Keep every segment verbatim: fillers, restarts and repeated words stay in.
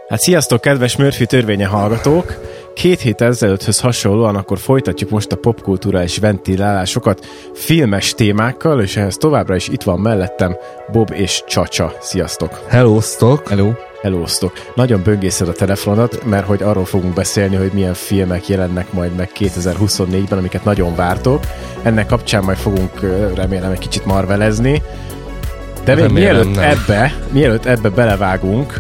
Hát sziasztok, kedves Murphy törvénye hallgatók! Két hét ezelőtthöz hasonlóan akkor folytatjuk most a popkulturális ventilálásokat filmes témákkal, és ehhez továbbra is itt van mellettem Bob és Csacsa. Sziasztok! Hellóztok! Hello! Hellóztok! Nagyon böngészed a telefonodat, mert hogy arról fogunk beszélni, hogy milyen filmek jelennek majd meg kétezer-huszonnégyben, amiket nagyon vártok. Ennek kapcsán majd fogunk remélem egy kicsit marvelezni. De még mielőtt ebbe, mielőtt ebbe belevágunk,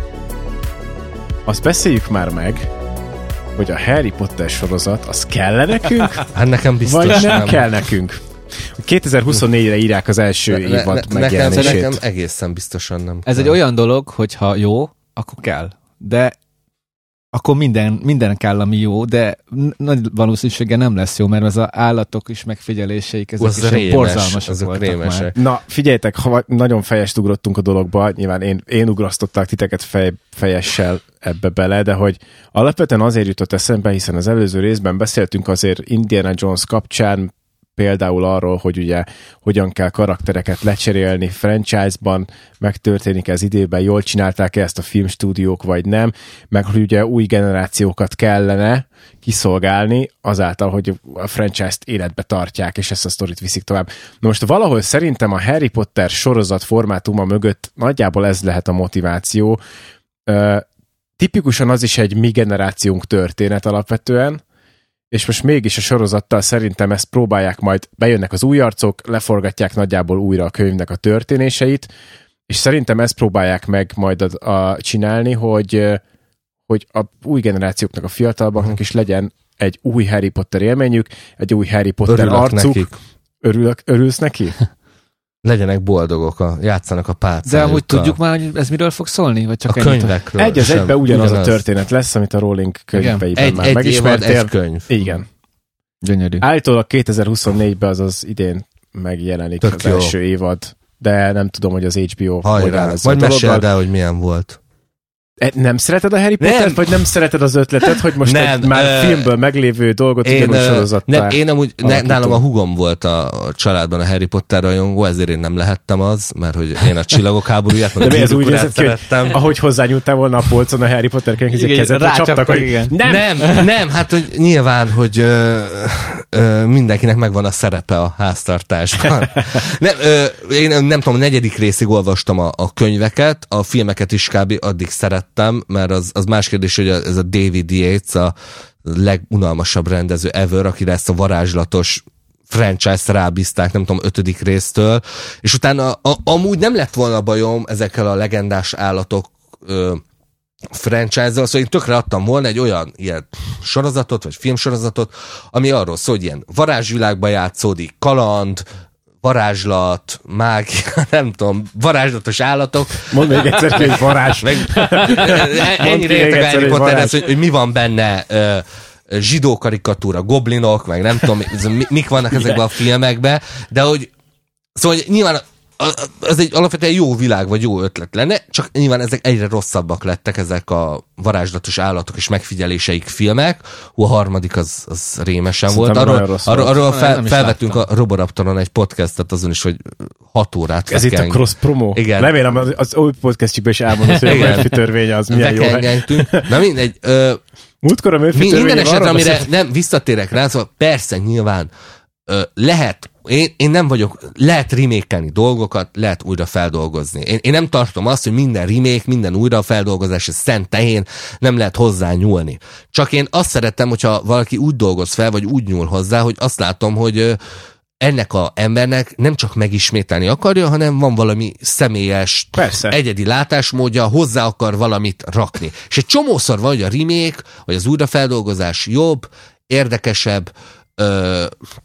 azt beszéljük már meg, hogy a Harry Potter sorozat, az kell nekünk? Hát nekem biztos vagy nem, nem kell nekünk? kétezer-huszonnégyre írják az első ne, évad ne, megjelenését. Nekem, nekem egészen biztosan nem Ez kell. egy olyan dolog, hogy ha jó, akkor kell. De akkor minden, minden kell, ami jó, de nagy valószínűséggel nem lesz jó, mert az a állatok is megfigyeléseik, ezek az is rémes, borzalmasak azok voltak rémesek. Már. Na, figyeljetek, ha nagyon fejest ugrottunk a dologba, nyilván én, én ugrasztották titeket fej, fejessel ebbe bele, de hogy alapvetően azért jutott eszembe, hiszen az előző részben beszéltünk azért Indiana Jones kapcsán, például arról, hogy ugye hogyan kell karaktereket lecserélni franchise-ban, megtörténik ez időben, jól csinálták-e ezt a filmstúdiók, vagy nem, meg hogy ugye új generációkat kellene kiszolgálni azáltal, hogy a franchise-t életbe tartják, és ezt a sztorit viszik tovább. Na most valahol szerintem a Harry Potter sorozat formátuma mögött nagyjából ez lehet a motiváció. Uh, tipikusan az is egy mi generációnk történet alapvetően, és most mégis a sorozattal szerintem ezt próbálják majd, bejönnek az új arcok, leforgatják nagyjából újra a könyvnek a történéseit, és szerintem ezt próbálják meg majd a, a csinálni, hogy, hogy a új generációknak, a fiatalabbaknak is legyen egy új Harry Potter élményük, egy új Harry Potter Örülök arcuk. Nekik. Örülök, örülsz neki? Legyenek boldogok, a, játszanak a pálcájukkal. De amúgy tudjuk már, hogy ez miről fog szólni? Vagy csak a könyvekről. Egy az egyben ugyanaz, ugyanaz a történet lesz, amit a Rowling könyveiben egy, már egy megismertél. Évad, egy könyv. Igen. Gyönyörű. Állítólag kétezer-huszonnégyben, azaz idén megjelenik Tök az jó. első évad, de nem tudom, hogy az há bé o Hajrá, hogy áll ez majd meséld el, hogy milyen volt. Nem szereted a Harry Pottert, vagy nem szereted az ötletet, hogy most nem, egy már ö... filmből meglévő dolgot ugyanúgy sorozattá? Nem, én amúgy, ne, nálam a hugom volt a családban a Harry Potter rajongó, ezért én nem lehettem az, mert hogy én a Csillagok háborúját, meg de a úgy nézett ki, hogy ahogy hozzányúltál volna a polcon a Harry Potter könyvhez, kezedre csaptak, hogy igen. Nem, nem, nem, hát hogy nyilván, hogy ö, ö, mindenkinek megvan a szerepe a háztartásban. nem, ö, én nem tudom, a negyedik részig olvastam a, a könyveket, a filmeket is kb. Addig szerettem, mert az, az más kérdés, hogy ez a David Yates a legunalmasabb rendező ever, akire ezt a varázslatos franchise-t rábízták, nem tudom, ötödik résztől, és utána a, amúgy nem lett volna bajom ezekkel a legendás állatok ö, franchise-zal, szóval én tökre adtam volna egy olyan ilyen sorozatot, vagy filmsorozatot, ami arról szól, hogy ilyen varázsvilágba játszódik, kaland, varázslat, mágia, nem tudom, varázslatos állatok. Mondd még egyszer, hogy varázs. Meg, ennyire értek a Harry Potterhez, hogy, hogy mi van benne, uh, zsidó karikatúra, goblinok, meg nem tudom, mik vannak ezekben a filmekben, de hogy szóval hogy nyilván az egy alapvetően jó világ, vagy jó ötlet lenne, csak nyilván ezek egyre rosszabbak lettek, ezek a varázslatos állatok és megfigyeléseik filmek. Hú, a harmadik az, az rémesen Szerintem volt. Arról, arról, arról fel, felvettünk láttam. a Roboraptoron egy podcastet azon is, hogy hat órát Ez vekeng. itt a cross promo. Igen. Remélem az, az új podcastjükben is elmondott, hogy a Murphy törvénye az milyen jó. Vekengentünk. Na mindegy. Ö, Múltkor a Murphy mi, törvénye minden esetre, amire beszélt. nem visszatérek rá, szóval persze nyilván ö, lehet, én, én nem vagyok, lehet remake-elni dolgokat, lehet újra feldolgozni. Én, én nem tartom azt, hogy minden remake, minden újra feldolgozás, ez szent tehén, nem lehet hozzá nyúlni. Csak én azt szeretem, hogyha valaki úgy dolgoz fel, vagy úgy nyúl hozzá, hogy azt látom, hogy ö, ennek a embernek nem csak megismételni akarja, hanem van valami személyes, Persze. egyedi látásmódja, hozzá akar valamit rakni. És egy csomószor van, hogy a remake, vagy az újrafeldolgozás jobb, érdekesebb, ö,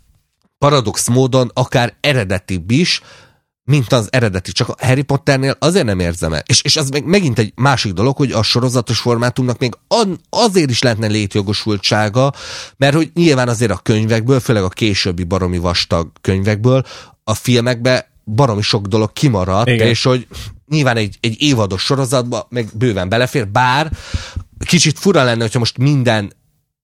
paradox módon akár eredetibb is, mint az eredeti. Csak a Harry Potternél azért nem érzem el. És, és az meg megint egy másik dolog, hogy a sorozatos formátumnak még azért is lehetne létjogosultsága, mert hogy nyilván azért a könyvekből, főleg a későbbi baromi vastag könyvekből, a filmekbe baromi sok dolog kimaradt, igen. És hogy nyilván egy, egy évados sorozatba meg bőven belefér, bár kicsit fura lenne, hogyha most minden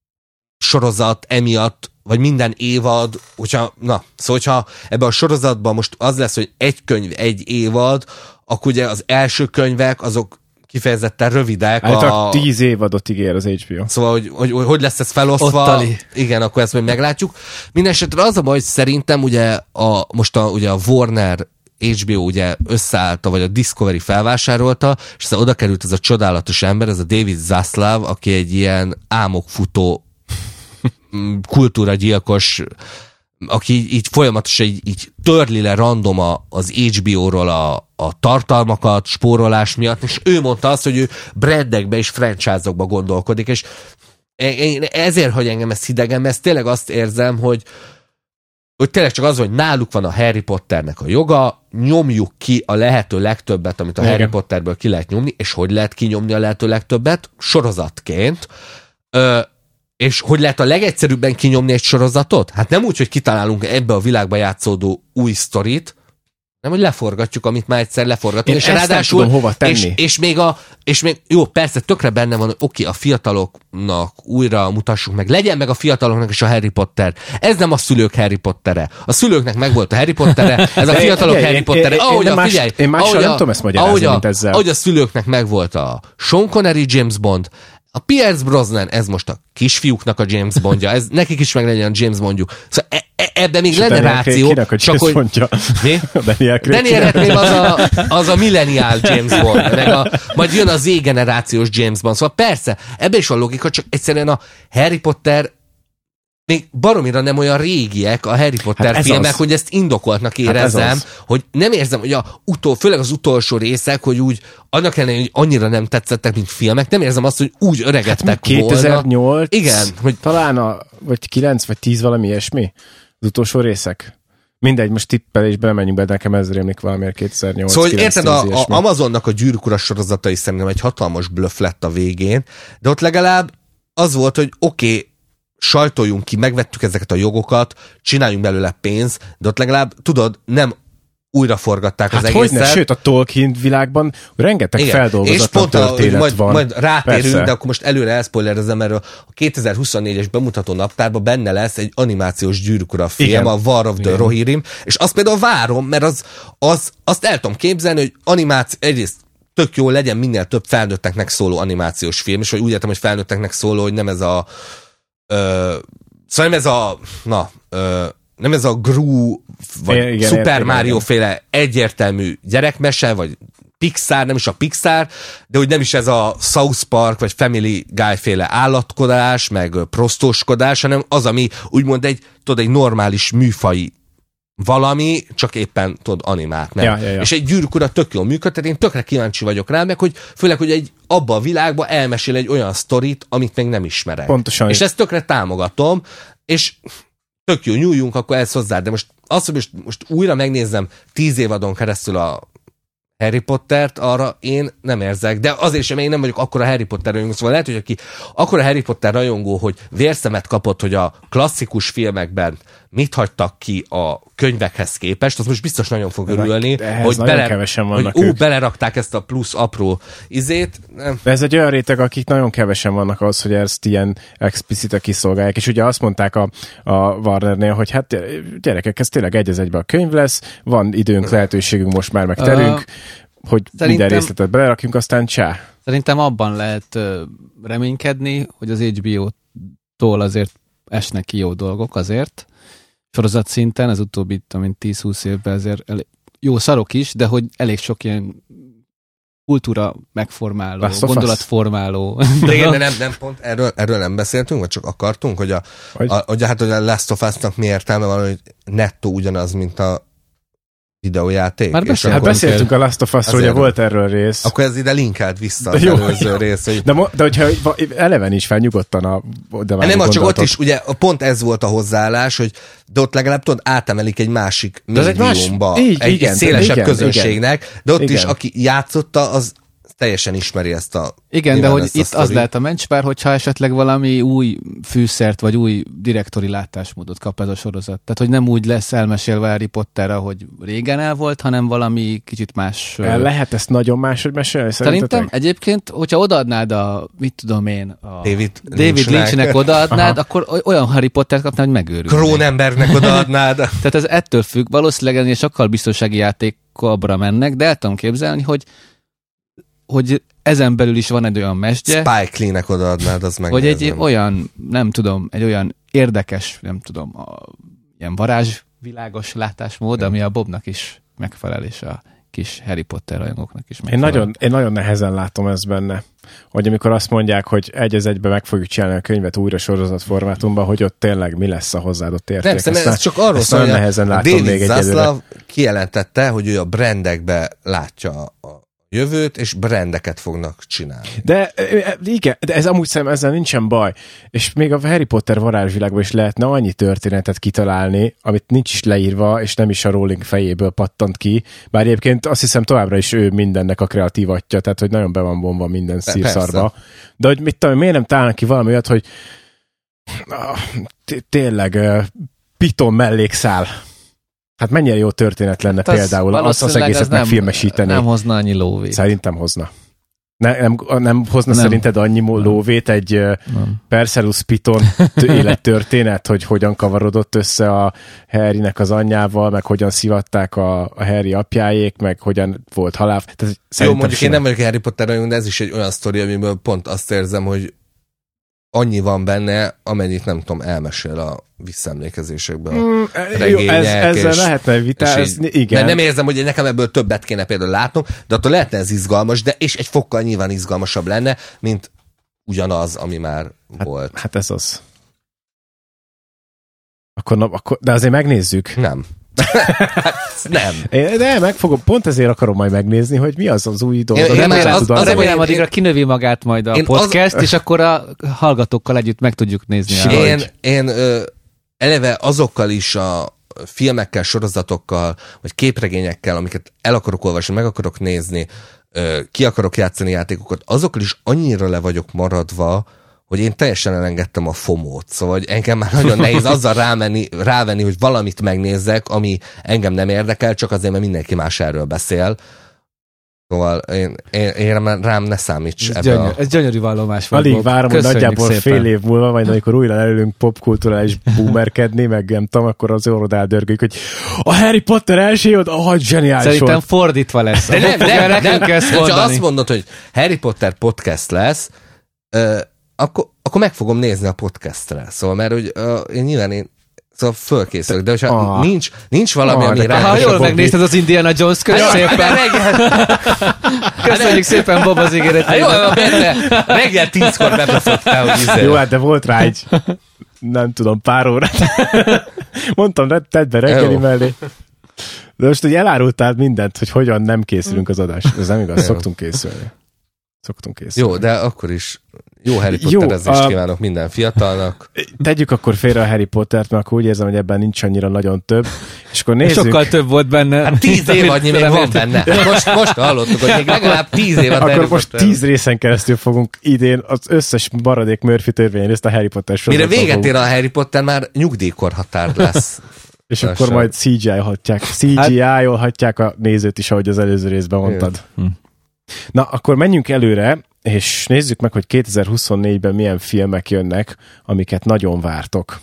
sorozat emiatt, vagy minden évad, hogyha, na, szóval, hogyha ebben a sorozatban most az lesz, hogy egy könyv, egy évad, akkor ugye az első könyvek, azok kifejezetten rövidek. A... tíz évadot ígér az há bé o. Szóval, hogy hogy, hogy lesz ez felosztva. Ottali. Igen, akkor ezt majd meglátjuk. Mindenesetre az a baj, hogy szerintem ugye a, most a, ugye a Warner há bé o ugye összeállta, vagy a Discovery felvásárolta, és aztán oda került ez a csodálatos ember, ez a David Zaslav, aki egy ilyen álmokfutó kultúragyilkos, aki így, így folyamatosan így, így törli le random az há bé o-ról a, a tartalmakat, spórolás miatt, és ő mondta azt, hogy ő brandekbe és franchise-okba gondolkodik, és én ezért, hogy engem ez hidegen, mert tényleg azt érzem, hogy hogy tényleg csak az, hogy náluk van a Harry Potternek a joga, nyomjuk ki a lehető legtöbbet, amit a Igen. Harry Potterből ki lehet nyomni, és hogy lehet kinyomni a lehető legtöbbet? Sorozatként. Ö, és hogy lehet a legegyszerűbben kinyomni egy sorozatot? Hát nem úgy, hogy kitalálunk ebbe a világba játszódó új sztorit, nem, hogy leforgatjuk, amit már egyszer leforgatunk. Én és ezt ráadásul, nem tudom hova tenni. És, és, még a, és még, jó, persze, tökre benne van, hogy oké, a fiataloknak újra mutassuk meg, legyen meg a fiataloknak is a Harry Potter. Ez nem a szülők Harry Pottere. A szülőknek megvolt a Harry Pottere, ez a fiatalok figyelj, Harry Pottere. Én, ahogy én, a, más, figyelj, én mással ahogy nem a, tudom ezt magyarázni, ahogy a, mint ezzel. Ahogy a szülőknek megvolt a Sean Connery James Bond, a Pierce Brosnan, ez most a kisfiúknak a James Bondja, ez nekik is meg legyen a James Bondjuk. Szóval e- e- ebben még lenne ráció, csak hogy... Mi? Daniel Craig. Daniel Radcliffe az a, az a millenial James Bond, meg a, majd jön a Z-generációs James Bond. Szóval persze, ebben is van logika, csak egyszerűen a Harry Potter még baromira nem olyan régiek a Harry Potter hát filmek, az. Hogy ezt indokoltnak érezzem, hát hogy nem érzem, hogy a utol, főleg az utolsó részek, hogy úgy annak ellenére, hogy annyira nem tetszettek, mint filmek, nem érzem azt, hogy úgy öregedtek hát kétezer-nyolc, volna. Igen. Hogy talán a, vagy kilenc vagy tíz valami ilyesmi, az utolsó részek. Mindegy, most tippelésbe nem menjünk be, de nekem ez rémlik valamiért kétezer-nyolc. Szóval érted, a, a Amazonnak a Gyűrűk Ura sorozatai szerintem egy hatalmas bluff lett a végén, de ott legalább az volt, hogy oké, okay, sajtoljunk ki, megvettük ezeket a jogokat, csináljunk belőle pénzt, de ott legalább, tudod, nem újra forgatták hát az egészet. Hogyne, sőt, a Tolkien világban rengeteg feldolgozatlan történet a, majd, van. Majd rátérünk, persze. De akkor most előre elszpoilerezem, mert a kétezer-huszonnégyes bemutató naptárban benne lesz egy animációs Gyűrűk Ura film, igen. A War of the igen. Rohirrim, és azt például várom, mert az, az, azt el tudom képzelni, hogy animáció, egyrészt tök jó legyen minél több felnőtteknek szóló animációs film, és hogy úgy értem, hogy felnőtteknek szóló, hogy nem ez a Ö, szóval nem ez a na, ö, nem ez a Gru vagy igen, igen, Super igen, Mario igen. féle egyértelmű gyerekmese, vagy Pixar, nem is a Pixar, de hogy nem is ez a South Park, vagy Family Guy féle állatkodás, meg prostóskodás, hanem az, ami úgymond egy, tudod, egy normális műfai valami, csak éppen tudod, animált, nem? Ja, ja, ja. És egy Gyűrűk Ura tök jól működtet, én tökre kíváncsi vagyok rá, meg hogy főleg, hogy egy abba a világba elmesél egy olyan sztorit, amit még nem ismerek. Pontosan. És ezt tökre támogatom, és tök jó, nyúljunk akkor ezt hozzá, de most azt, hogy most, most újra megnézzem tíz évadon keresztül a Harry Pottert, arra én nem érzek, de azért sem, én nem vagyok akkora Harry Potter rajongó, szóval lehet, hogy aki akkora Harry Potter rajongó, hogy vérszemet kapott, hogy a klasszikus filmekben mit hagytak ki a könyvekhez képest, az most biztos nagyon fog örülni, hogy, bele, hogy ó, belerakták ezt a plusz apró izét. De ez egy olyan réteg, akik nagyon kevesen vannak az, hogy ezt ilyen explicite kiszolgálják, és ugye azt mondták a, a Warnernél, hogy hát gyerekek, ez tényleg egy az egyben a könyv lesz, van időnk, lehetőségünk most már, meg terünk, uh, hogy minden részletet belerakjunk, aztán csá. Szerintem abban lehet uh, reménykedni, hogy az há bé ó-tól azért esnek ki jó dolgok azért, sorozat szinten, az utóbbi tíz-húsz évben azért elég, jó szarok is, de hogy elég sok ilyen kultúra megformáló, gondolatformáló. De igen, de nem, nem pont erről, erről nem beszéltünk, vagy csak akartunk, hogy a, hogy? a, hogy, hát, hogy a Last of Us-nak mi értelme van, hogy nettó ugyanaz, mint a videójáték. Már beszél, hát beszéltünk a Last of Us-ról, ugye volt erről rész. Akkor ez ide linkelt vissza az előző rész. Hogy... De, de hogyha eleven is fel nyugodtan a... De nem, csak ott is, ugye pont ez volt a hozzáállás, hogy de ott legalább tudod, átemelik egy másik médiumba, egy, egy, egy szélesebb igen, közönségnek, igen, de ott igen. is, aki játszotta, az teljesen ismeri ezt a... Igen, de hogy itt sztori. Az lehet a mencspár, hogyha esetleg valami új fűszert, vagy új direktori látásmódot kap ez a sorozat. Tehát, hogy nem úgy lesz elmesélve Harry Potter, ahogy régen el volt, hanem valami kicsit más... El lehet ezt nagyon máshogy mesélni, szerintetek? Szerintem egyébként, hogyha odaadnád a, mit tudom én, a David, David Lynchnek odaadnád, akkor olyan Harry Pottert kapnál, hogy megőrülnék. Cronenbergnek odaadnád. Tehát ez ettől függ, valószínűleg ennél sokkal biztonsági játékokra mennek, de el tudom képzelni, hogy hogy ezen belül is van egy olyan mesdje, Spike Lee-nek odaadnád, az meg. hogy egy olyan, nem tudom, egy olyan érdekes, nem tudom, a, ilyen varázsvilágos látásmód, ami a Bobnak is megfelel, és a kis Harry Potter rajongóknak is megfelel. Én nagyon, én nagyon nehezen látom ezt benne, hogy amikor azt mondják, hogy egy az egybe meg fogjuk csinálni a könyvet újra sorozat formátumban, hogy ott tényleg mi lesz a hozzáadott érték. Nem, szerintem ez csak arról szól, hogy nehezen a látom David még Zaslav kijelentette, hogy ő a brandekbe látja a jövőt, és brandeket fognak csinálni. De igen, de ez amúgy szerintem ezzel nincsen baj. És még a Harry Potter varázsvilágban is lehetne annyi történetet kitalálni, amit nincs is leírva, és nem is a Rowling fejéből pattant ki. Bár egyébként azt hiszem továbbra is ő mindennek a kreatív atya, tehát hogy nagyon be van bomba minden szírszarba. De hogy mit tudom, miért nem találnak ki valami olyat, hogy tényleg Piton mellékszál. Hát mennyire jó történet lenne hát például azt az egészet megfilmesíteni. Nem hozna annyi lóvét. Szerintem hozna. Ne, nem, nem hozna nem. Szerinted annyi nem. lóvét egy nem. Perseus Piton élettörténet, hogy hogyan kavarodott össze a Harrynek az anyjával, meg hogyan szivatták a, a Harry apjáék, meg hogyan volt halál. Tehát, jó, mondjuk én nem vagyok Harry Potter rajongó, de ez is egy olyan sztori, amiből pont azt érzem, hogy annyi van benne, amennyit nem tudom, elmesél a visszaemlékezésekben mm, a regények. Jó, ez, ezzel és, lehetne vitázni, igen. Nem érzem, hogy nekem ebből többet kéne például látnom, de attól lehetne ez izgalmas, de és egy fokkal nyilván izgalmasabb lenne, mint ugyanaz, ami már hát, volt. Hát ez az. Akkor, na, akkor, de azért megnézzük. Nem. hát nem. Én, de megfogom, pont ezért akarom majd megnézni, hogy mi az az új dolog. Én, én remélem, az, az remélem addigra kinövi magát majd a podcast, az, és akkor a hallgatókkal együtt meg tudjuk nézni. Én, én ö, eleve azokkal is a filmekkel, sorozatokkal, vagy képregényekkel, amiket el akarok olvasni, meg akarok nézni, ö, ki akarok játszani játékokat, azokkal is annyira le vagyok maradva, hogy én teljesen elengedtem a fomót. Szóval hogy engem már nagyon nehéz azzal rámenni, rávenni, hogy valamit megnézzek, ami engem nem érdekel, csak azért, mert mindenki más erről beszél. Szóval én, én, én rám ne számíts ez ebbe gyönyör, a... Ez gyönyörű vallomás volt. Alig várom, hogy nagyjából szépen. fél év múlva, majd amikor újra elülünk popkulturális boomerkedni, meg nem tudom, akkor az orrod eldörgődik, hogy a Harry Potter első évad, ahogy zseniális Szerintem volt. fordítva lesz. De nem, nem, nem, nem, nem ha azt mondod, hogy Harry Potter podcast lesz, ö, akkor, akkor meg fogom nézni a podcastre. Szóval, mert hogy uh, én nyilván én szóval fölkészülök, de hogyha ah. nincs, nincs valami, ah, ami rá... Ha jól megnézted az Indiana Jones, köszönjük szépen. Köszönjük széppen, Bob, az ígéretét. Jó, reggel, reggel tízkor bebaszottál, hogy izé. Jó, hát de volt rá egy, nem tudom, pár órát. Mondtam, tedd be reggeli mellé. De most, hogy elárultál mindent, hogy hogyan nem készülünk az adás. Ez nem igaz, szoktunk készülni. Szoktunk készülni. Jó, de akkor is jó Harry Potterezést kívánok minden fiatalnak. Tegyük akkor félre a Harry Pottert, mert akkor úgy érzem, hogy ebben nincs annyira nagyon több. És akkor nézzük. Sokkal több volt benne. Hát tíz év annyi még van benne. Most, most hallottuk, hogy még legalább tíz évet. Akkor most tíz részen keresztül fogunk idén az összes maradék Murphy törvény részt a Harry Potter sorozatban. Mire véget ér a Harry Potter, már nyugdíjkorhatár lesz. És lassan. Akkor majd cé gé í-olhatják. cé gé í-olhatják a nézőt is, ahogy az előző részben mondtad. Hm. Na, akkor menjünk előre, és nézzük meg, hogy kétezer-huszonnégyben milyen filmek jönnek, amiket nagyon vártok.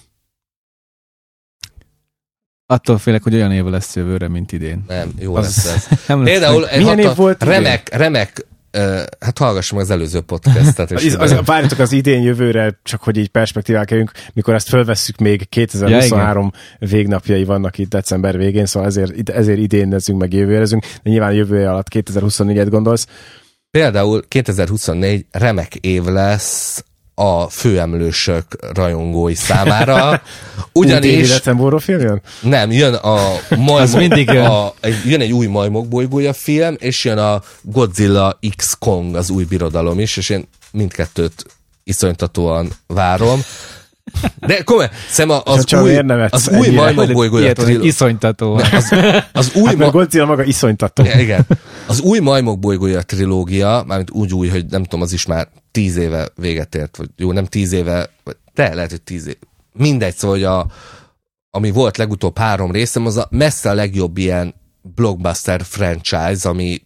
Attól félek, hogy olyan év lesz jövőre, mint idén. Nem, jó az lesz ez. Például milyen év volt remek, idén? remek, uh, hát hallgassam az előző podcastet. az, az, várjátok az idén jövőre, csak hogy így perspektívál kerüljünk, mikor ezt fölvesszük, még kétezer-huszonhárom ja, végnapjai vannak itt december végén, szóval ezért, ezért idén nezzünk meg jövőrezünk, de nyilván jövője alatt kétezer-huszonnégyet gondolsz. Például kétezer-huszonnégy remek év lesz a főemlősök rajongói számára. Ugyanis... David film jön? Nem, jön a majmok, mindig jön. A, jön egy új Majmok bolygója film, és jön a Godzilla X Kong, az új birodalom is, és én mindkettőt iszonytatóan várom. De komolyan, szerintem az, az új, az új Majmok bolygója trilógia. Iszonytatóan. Az, az új hát ma... Godzilla maga iszonytató. Igen. Az új Majmok bolygója trilógia, mármint úgy új, hogy nem tudom, az is már tíz éve véget ért, vagy jó, nem tíz éve, de lehet, hogy tíz éve. Mindegy, szóval, hogy a, ami volt legutóbb három részem, az a messze a legjobb ilyen blockbuster franchise, ami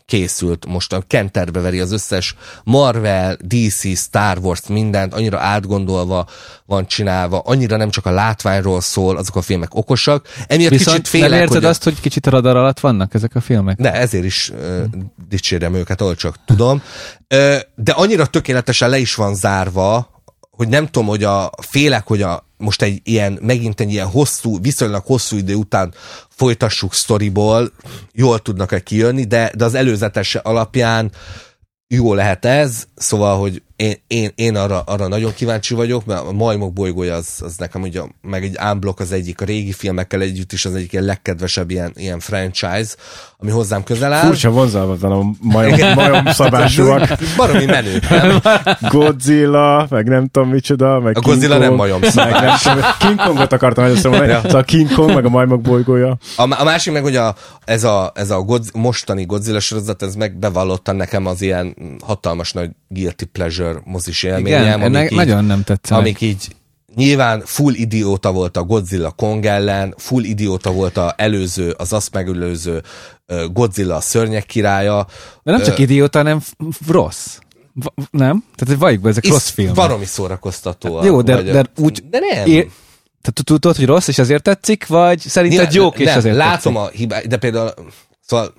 készült. Most a kenterbe veri az összes Marvel, dé cé, Star Wars, mindent, annyira átgondolva van csinálva, annyira nem csak a látványról szól, azok a filmek okosak. Emiatt Viszont kicsit félek, nem érzed hogy azt, hogy kicsit a radar alatt vannak ezek a filmek? de ezért is uh, dicsérem őket, ahol csak tudom. Uh, de annyira tökéletesen le is van zárva, hogy nem tudom, hogy a félek, hogy a most egy ilyen, megint egy ilyen hosszú, viszonylag hosszú idő után folytassuk sztoriból, jól tudnak-e kijönni, de, de az előzetes alapján jó lehet ez, szóval, hogy én, én, én arra, arra nagyon kíváncsi vagyok, mert a Majmok bolygója az, az nekem ugye, meg egy unblock az egyik, a régi filmekkel együtt is az egyik ilyen legkedvesebb ilyen, ilyen franchise, ami hozzám közel áll. Furcsa vonzalmatlan a majom, majom szabásúak. Baromi menő, nem? Godzilla, meg nem tudom micsoda, meg a King Godzilla Kong, nem majom meg nem szabás. tudom, King Kongot akartam először mondani, Ja. szóval King Kong, meg a majmok bolygója. A, a másik meg, hogy a, ez a, ez a Godz, mostani Godzilla sorozat, ez meg bevallottan nekem az ilyen hatalmas nagy guilty pleasure mozis élményem. Igen, ennek nagyon nem tetszenek. Amik így nyilván full idióta volt a Godzilla Kong ellen, full idióta volt a előző, az azt megelőző uh, Godzilla a szörnyek királya. De nem csak Ö, idióta, hanem f- rossz. V- nem? Tehát, hogy valljuk be, ezek is rossz filmek. Baromi szórakoztató. Jó, de, de úgy... De nem. É, tehát tudod, hogy rossz, és azért tetszik, vagy szerinted Nyilván- jók, és nem, azért látom tetszik? a hibát, de például szóval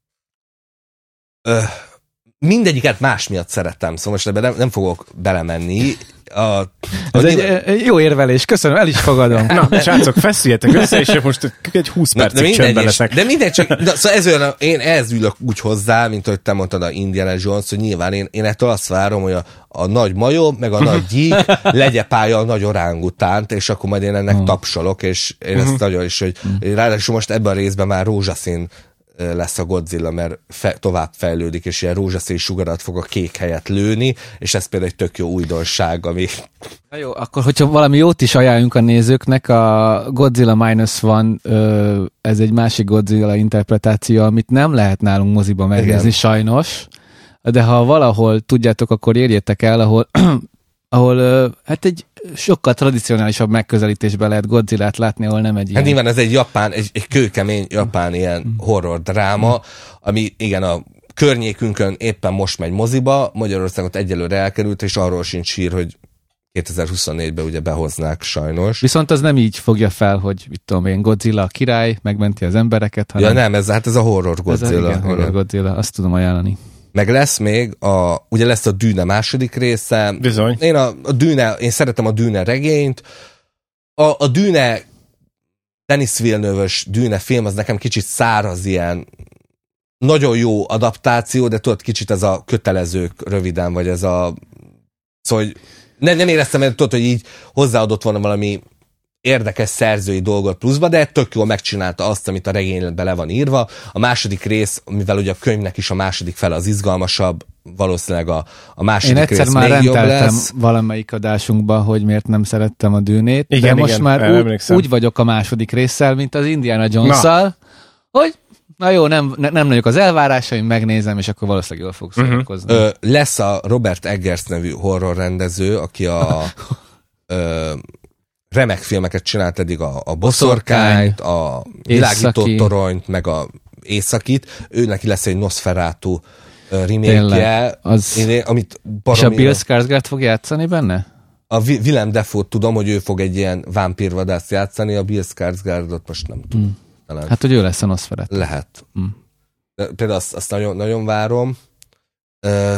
ö, mindegyiket más miatt szerettem, szóval most ebben nem, nem fogok belemenni. A, a Ez egy nyilván- e, jó érvelés, köszönöm, el is fogadom. Na, srácok, feszüljetek össze, és most egy húsz Na, de percig mindegy, csöndben és, leszek. de mindegy, csak na, szóval ez olyan, én ehhez ülök úgy hozzá, mint ahogy te mondtad a Indiana Jones, hogy nyilván én, én ettől azt várom, hogy a, a nagy majom, meg a nagy gyík legyepálja a nagy orángutánt, és akkor majd én ennek tapsolok, és én ezt nagyon is, hogy ráadásul most ebben a részben már rózsaszín lesz a Godzilla, mert fe, tovább fejlődik, és ilyen rózsaszín sugarat fog a kék helyett lőni, és ez például egy tök jó újdonság, ami... Na jó, akkor hogyha valami jót is ajánljunk a nézőknek, a Godzilla Minus One, ö, ez egy másik Godzilla interpretáció, amit nem lehet nálunk moziba megnézni, Igen. sajnos, de ha valahol tudjátok, akkor érjétek el, ahol, ahol ö, hát egy sokkal tradicionálisabb megközelítésben lehet Godzillát látni, ahol nem egy Hát ilyen... nyilván ez egy japán, egy, egy kőkemény japán ilyen horror dráma, ami igen a környékünkön éppen most megy moziba, Magyarországot egyelőre elkerült, és arról sincs hír, hogy kétezer-huszonnégyben ugye behoznák sajnos. Viszont az nem így fogja fel, hogy mit tudom én, Godzilla a király, megmenti az embereket, hanem Ja nem, ez, hát ez a horror ez a, Godzilla. igen, horror Godzilla, azt tudom ajánlani. Meg lesz még, a, ugye lesz a Dűne második része. Bizony. Én a, a Dűne, én szeretem a Dűne regényt. A, a Dűne, Denis Villeneuve-ös Dűne film, az nekem kicsit száraz ilyen, nagyon jó adaptáció, de tudod, kicsit ez a kötelezők röviden, vagy ez a... Szóval, hogy nem, nem éreztem, hogy tudod, hogy így hozzáadott volna valami érdekes szerzői dolgot pluszba, de tök jól megcsinálta azt, amit a regényben le van írva. A második rész, mivel ugye a könyvnek is a második fele az izgalmasabb, valószínűleg a, a második Én egyszer rész már még jobb rendeltem lesz. valamelyik adásunkba, hogy miért nem szerettem a Dűnét, Igen, de most igen, már úgy, emlékszem. úgy vagyok a második résszel, mint az Indiana Jones-szal, hogy na jó, nem, ne, nem nagyok az elvárásaim, megnézem, és akkor valószínűleg jól fogok Mhm. szórakozni. Ö, lesz a Robert Eggers nevű horror rendező, aki a ö, remek filmeket csinált eddig, a, a Boszorkányt, a Világító Északi. toronyt, meg a Északit. Ő neki lesz egy Nosferatu ö, remake-je, Tényleg, az- Én- amit És a baromi... Bill Skarsgård fog játszani benne? A Vi- Willem Dafoe tudom, hogy ő fog egy ilyen vámpírvadászt játszani, a Bill Skarsgårdot most nem tudom. Hmm. Talán Hát, hogy ő lesz a Nosferatu. lehet. Hmm. De például azt, azt nagyon, nagyon várom. Ö,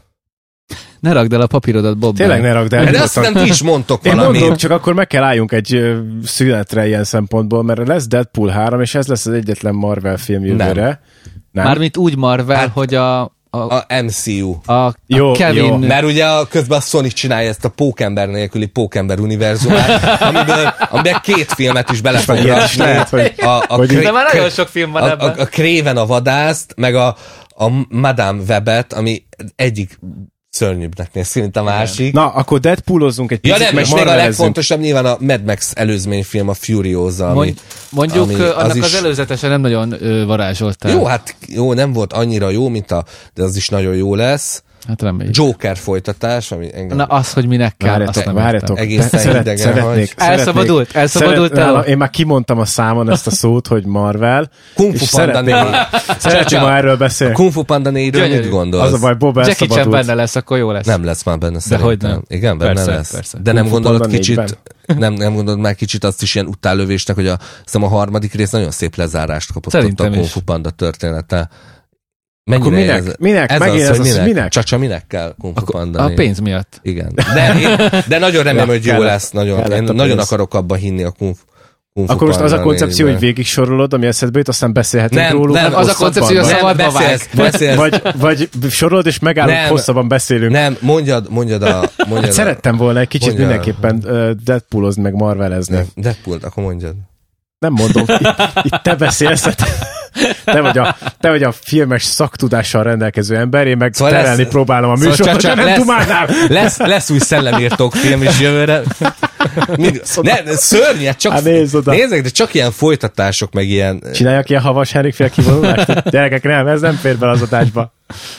Ne rakd el a papírodat, Bob. Tényleg ne rakd el. de azt nyugodtan. nem ti is mondtok Én valamit. mondom, csak akkor meg kell álljunk egy ö, szünetre ilyen szempontból, mert lesz Deadpool három, és ez lesz az egyetlen Marvel film jövőre. Nem. Mármint úgy Marvel, Hát- hogy a, a, A em cé u. a, a Jó, Kevin... jó. Mert ugye a, közben a Sony csinálja ezt a Pókember nélküli Pókember univerzumát, amiből, amiben két filmet is bele fog Ilyen is lehet, hogy- A, a, hogy- Kré- De már nagyon sok film van a, ebben. a, a Craven a vadászt, meg a, a Madame Webet, ami egyik szörnyűbbnek néz ki, mint a másik. Na, akkor Deadpoolozzunk egy Ja picit, nem, meg és még a Marvelezzünk. legfontosabb nyilván a Mad Max előzményfilm, a Furiosa, ami, Mond, mondjuk ami ami, annak az, is- az előzetesen nem nagyon ö, varázsoltál. Jó, hát jó, nem volt annyira jó, mint a, de az is nagyon jó lesz. Hát reméljük. Joker folytatás, ami engem... Na az, hogy minek kell, várjatok, azt nem várjatok. Egészen Szeret, idegen szeretnék, vagy. Elszabadult, elszabadult szeret, el. Én már kimondtam a számon ezt a szót, hogy Marvel. Kung Fu Panda négy. Szeretném ma erről beszélni. Kung Fu Panda négyről mit gondolsz? Az a baj, Bob Jackie Chan elszabadult. benne lesz, akkor jó lesz. Nem lesz már benne szerintem. hogy nem. Igen, benne Persze, lesz. persze. De nem Kung Fu gondolod Panda kicsit, négyben? nem, nem gondolod már kicsit azt is ilyen utánlövésnek, hogy a, hiszem a harmadik rész nagyon szép lezárást kapott Szerintem ott a Kung is. Fu Panda története. Akkor minek? Ez, Minek? ez Megint az, ez hogy az, minek? minek? Csacsa, minek kell Kung Fu Panda? A pénz miatt. Igen. De, én, de nagyon remélem, Ja, hogy jó kellett- lesz. Nagyon, kellett én a nagyon pénz. akarok abban hinni a Kung Fu Kung Fu Akkor most az a Panda koncepció, négyben. hogy végig sorolod, ami eszedbe jut, aztán beszélhetünk Nem, róluk. nem, az a koncepció, hosszabban. hogy Nem, szabadba beszélsz, vág. beszélsz. Vagy, vagy sorolod, és megállunk, Nem. hosszabban beszélünk. Nem, mondjad, mondjad a... Mondjad Hát a, szerettem volna egy kicsit mondjad. mindenképpen uh, Deadpoolozni, meg Marvelezni. Nem, Deadpool, akkor mondjad. Nem mondom, itt, itt te beszélsz, hát te vagy, a, te vagy a filmes szaktudással rendelkező ember, én meg Szóval szóval terelni lesz- próbálom a szóval műsort, csak- csak, csak nem lesz- dumálnám. Lesz, lesz új szellemírtók film is jövőre. Mind, ne, szörnyet, csak... Hát nézd oda. Nézzek, de csak ilyen folytatások, meg ilyen... Csináljak ilyen Havas Henrik fél kivonulást? Gyerekek, nem, ez nem fér bele az adásba.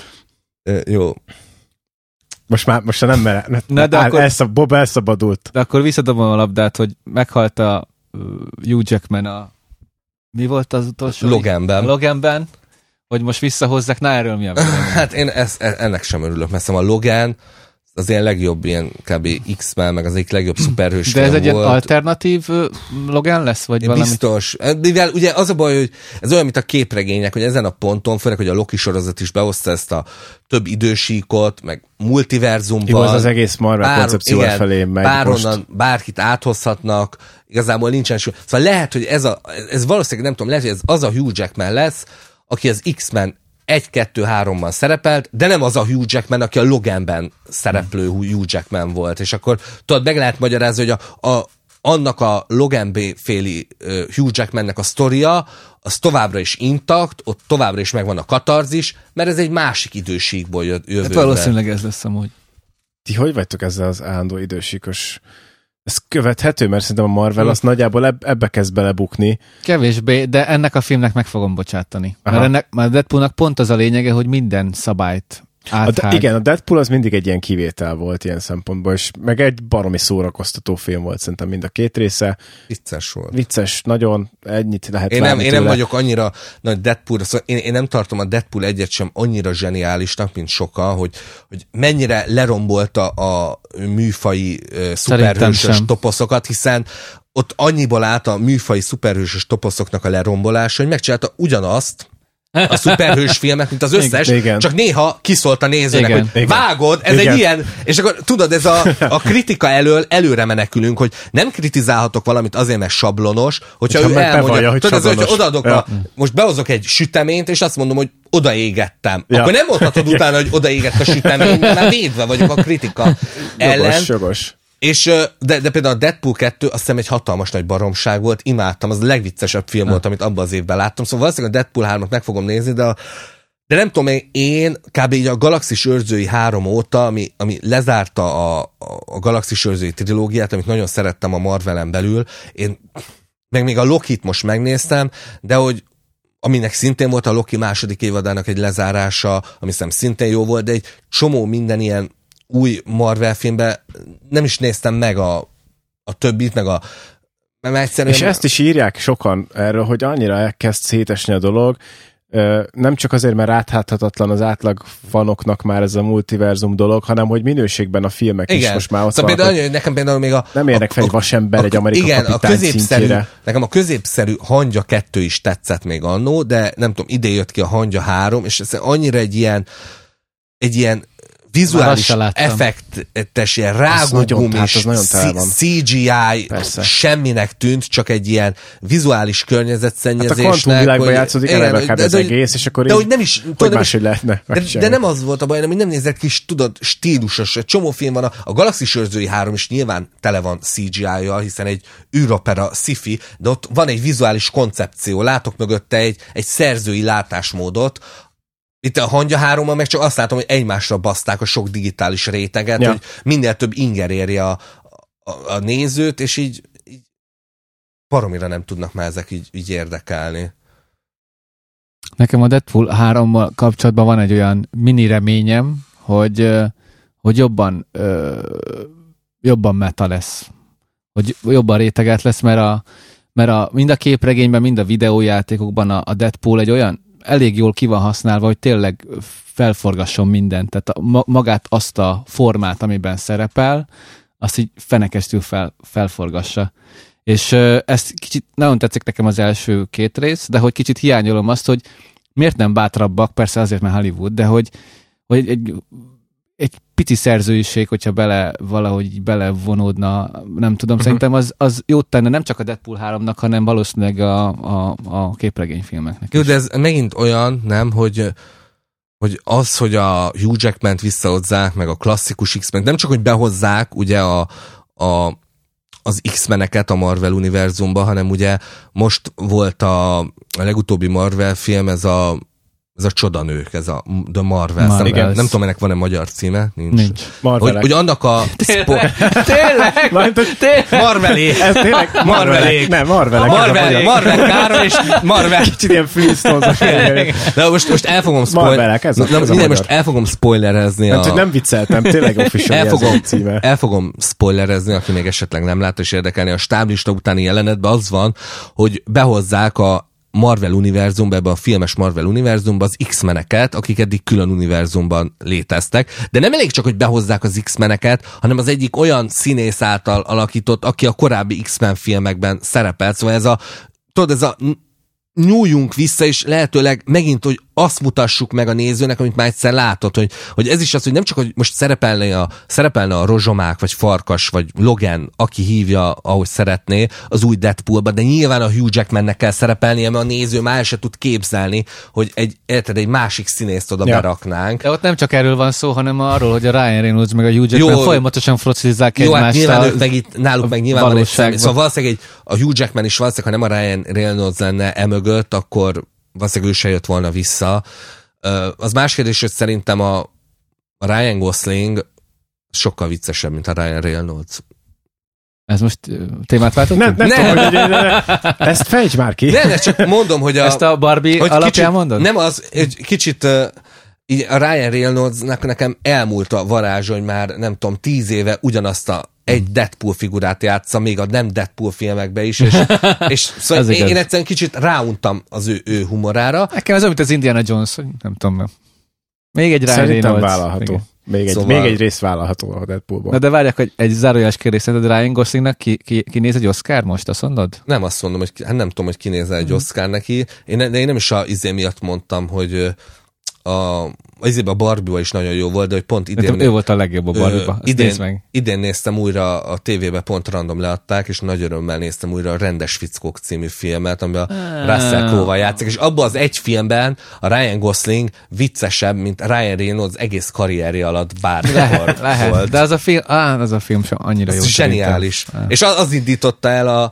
Ö, Jó. Most már, most már nem mere. Na, de Áll, akkor- elszab, Bob elszabadult. De akkor visszadobom a labdát, hogy meghalt a uh, Hugh Jackman a... Mi volt az utolsó? Loganben. A Loganben. Hogy most visszahozzák, na erről mi a véleményed? Hát én ez, ennek sem örülök, mert szerintem a Logan az ilyen legjobb, ilyen kb. X-Men, meg az egyik legjobb szuperhős De ez film egy ilyen volt. alternatív uh, Logan lesz? Vagy valami? Biztos. Mivel ugye az a baj, hogy ez olyan, mint a képregények, hogy ezen a ponton, főleg, hogy a Loki sorozat is behozta ezt a több idősíkot, meg multiverzumban. Igaz, az egész Marvel koncepció felé megy bárhonnan most. bárkit áthozhatnak, igazából nincsen so. Szóval lehet, hogy ez, a, ez valószínűleg nem tudom, lehet, hogy ez az a Hugh Jackman lesz, aki az X-Men egy kettő háromban szerepelt, de nem az a Hugh Jackman, aki a Loganben szereplő Hugh Jackman volt. És akkor tudod, meg lehet magyarázni, hogy a, a, annak a Logan B. féli uh, Hugh Jackmannek a sztoria, az továbbra is intakt, ott továbbra is megvan a katarzis, mert ez egy másik idősíkból jö, jövő. Hát valószínűleg ez lesz amúgy. Ti hogy vagytok ezzel az állandó idősíkos? Ez követhető, mert szerintem a Marvel Hm. azt nagyjából eb- ebbe kezd belebukni. Kevésbé, de ennek a filmnek meg fogom bocsátani. Aha. Mert ennek, már Deadpoolnak pont az a lényege, hogy minden szabályt A áthág. de, igen, a Deadpool az mindig egy ilyen kivétel volt ilyen szempontból, és meg egy baromi szórakoztató film volt szerintem mind a két része. Vicces volt. Vicces, nagyon, ennyit lehet Én nem, várni én nem tőle. vagyok annyira nagy Deadpool, szóval én, én nem tartom a Deadpool egyet sem annyira zseniálisnak, mint sokan, hogy, hogy mennyire lerombolta a műfai uh, szuperhősös sem. toposzokat, hiszen ott annyiból állt a műfai szuperhősös toposzoknak a lerombolása, hogy megcsinálta ugyanazt, a szuperhős filmek, mint az összes, Igen. csak néha kiszólt a nézőnek, Igen. hogy Igen. vágod, ez Igen. egy ilyen, és akkor tudod, ez a, a kritika elől előre menekülünk, hogy nem kritizálhatok valamit azért, mert sablonos, hogyha Hogyha ő meg elmondja, bevallja, hogy tudod, ez, hogyha sablonos. odaadok Ja. a, most behozok egy süteményt, és azt mondom, hogy odaégettem. Ja. Akkor nem mondhatod utána, hogy odaégett a sütemény, mert már védve vagyok a kritika ellen. Jogos, jogos. És, ö, de, de például a Deadpool kettő azt hiszem egy hatalmas nagy baromság volt, imádtam, az a legviccesebb film volt, amit abban az évben láttam, szóval valószínűleg a Deadpool hármat meg fogom nézni, de, a, de nem tudom, én, én kb. Így a Galaxis őrzői három óta, ami, ami lezárta a, a, a Galaxis őrzői trilógiát, amit nagyon szerettem a Marvelen belül, én meg még a Lokit most megnéztem, de hogy aminek szintén volt a Loki második évadának egy lezárása, ami szerintem szintén jó volt, de egy csomó minden ilyen új Marvel filmben nem is néztem meg a, a többit, meg a mert egyszerűen... És ezt is írják sokan erről, hogy annyira elkezd szétesni a dolog, nem csak azért, mert átháthatatlan az átlag fanoknak már ez a multiverzum dolog, hanem hogy minőségben a filmek igen. is most már ott szóval vannak, például, nekem például még a... nem érnek fel egy vasember, egy amerikai igen, a kapitány középszerű, szintjére. nekem a középszerű Hangya kettő is tetszett még annó, de nem tudom, ide jött ki a Hangya három, és ez annyira egy ilyen egy ilyen vizuális effektes, ilyen rágógumis, cé gé í Persze. semminek tűnt, csak egy ilyen vizuális környezetszennyezésnek. Hát a kvantumvilágban hogy- játszódik igen, eleve kb. de- Az de- egész, és akkor de így, hogy nem is, hogy tudod, nem is máshogy lehetne de, de nem az volt a baj, hanem hogy nem nézett ki, tudod, stílusos. Egy csomó film van, a, a Galaxis őrzői három is nyilván tele van cé gé í-jal, hiszen egy űropera sci-fi, de ott van egy vizuális koncepció, látok mögötte egy, egy szerzői látásmódot. Itt a Hangya hárommal meg csak azt látom, hogy egymásra baszták a sok digitális réteget, ja. hogy minél több inger érje a, a, a nézőt, és így, így baromira nem tudnak már ezek így, így érdekelni. Nekem a Deadpool hárommal kapcsolatban van egy olyan mini reményem, hogy, hogy jobban, jobban meta lesz. Hogy jobban réteget lesz, mert, a, mert a, mind a képregényben, mind a videójátékokban a, a Deadpool egy olyan elég jól ki van használva, hogy tényleg felforgasson mindent. Tehát a, magát azt a formát, amiben szerepel, azt így fenekesztül fel, felforgassa. És uh, ezt kicsit nagyon tetszik nekem az első két rész, de hogy kicsit hiányolom azt, hogy miért nem bátrabbak, persze azért, mert Hollywood, de hogy, hogy egy, egy pici szerzőiség, hogyha bele, valahogy belevonódna, nem tudom, uh-huh. szerintem az, az jót tenne nem csak a Deadpool háromnak, hanem valószínűleg a, a, a képregényfilmeknek Jó, is. de ez megint olyan, nem, hogy hogy az, hogy a Hugh Jackmant visszahozzák, meg a klasszikus X-Men, nem csak, hogy behozzák ugye a, a, az X-meneket a Marvel univerzumba, hanem ugye most volt a, a legutóbbi Marvel film, ez a ez a Csodanők, ez a The Marvels. Nem, nem tudom, ennek van-e magyar címe? Nincs. Nincs. Hogy, hogy annak a... Tényleg? Tényleg? Tényleg? Marvelék. Ez tényleg Marvelék. Nem, Marvelek. Marvel, Marvel Károly és Marvel. Kicsit ilyen Flintstones. De most, most el fogom Marvelek, ez a, nem, ez a most el fogom spoilerezni nem, a... Nem vicceltem, tényleg official el fogom, címe. El fogom spoilerezni, aki még esetleg nem látta és érdekelni. A stáblista utáni jelenetben az van, hogy behozzák a Marvel univerzumba, ebbe a filmes Marvel univerzumba az X-meneket, akik eddig külön univerzumban léteztek. De nem elég csak, hogy behozzák az X-meneket, hanem az egyik olyan színész által alakított, aki a korábbi X-Men filmekben szerepelt. Szóval ez a, tudod, ez a nyúljunk vissza, és lehetőleg megint, hogy azt mutassuk meg a nézőnek, amit már egyszer látott, hogy, hogy ez is az, hogy nem csak, hogy most szerepelne a, szerepelne a rozsomák, vagy Farkas, vagy Logan, aki hívja, ahogy szeretné, az új Deadpoolba, de nyilván a Hugh Jackmannek kell szerepelnie, mert a néző már se tud képzelni, hogy egy, érted, egy másik színészt oda ja. beraknánk. De ott nem csak erről van szó, hanem arról, hogy a Ryan Reynolds meg a Hugh Jackman jó, folyamatosan frocizzák egymást. Jó, hát nyilván ők meg itt, náluk meg nyilván van egy személy. Szóval valószínűleg egy, a Hugh Jackman is valószínűleg, ha nem a Ryan Reynolds lenne emögött, akkor valószínűleg ő se jött volna vissza. Az más kérdés, hogy szerintem a, a Ryan Gosling sokkal viccesebb, mint a Ryan Reynolds. Ez most témát váltott? Nem, nem, nem. Tudom, hogy, hogy ezt fejtsd már ki. Nem, csak mondom, hogy a... Ezt a Barbie alapján kicsit, mondod? Nem az, egy kicsit így a Ryan Reynoldsnak nekem elmúlt a varázs, hogy már nem tudom, tíz éve ugyanazt a egy Deadpool figurát játsza, még a nem Deadpool filmekben is, és, és szóval én, én egyszerűen kicsit ráuntam az ő, ő humorára. Nekem ez olyan, mint az Indiana Jones, nem tudom. Még egy Ryan Szerintem Reynolds. vállalható. Még egy, szóval... még egy rész vállalható a Deadpoolban. Na de várják, hogy egy zárójás kérdés, szerinted Ryan Goslingnak ki, ki, ki néz egy Oscar most, azt mondod? Nem azt mondom, hogy hát nem tudom, hogy kinézze egy Oscar neki. Én, de én nem is a izé miatt mondtam, hogy a, a Barbie-ba is nagyon jó volt, de hogy pont idén... Né... Ő volt a legjobb a Barbie-ba. Idén, meg. idén néztem újra a tévébe, pont random leadták, és nagy örömmel néztem újra a Rendes Fickók című filmet, amiben a Russell Crowe-val játszik, és abban az egy filmben a Ryan Gosling viccesebb, mint Ryan Reynolds egész karrierje alatt bármikor lehet, volt. De az a film, á, az a film sem annyira jó. Zseniális. És az, az indította el a,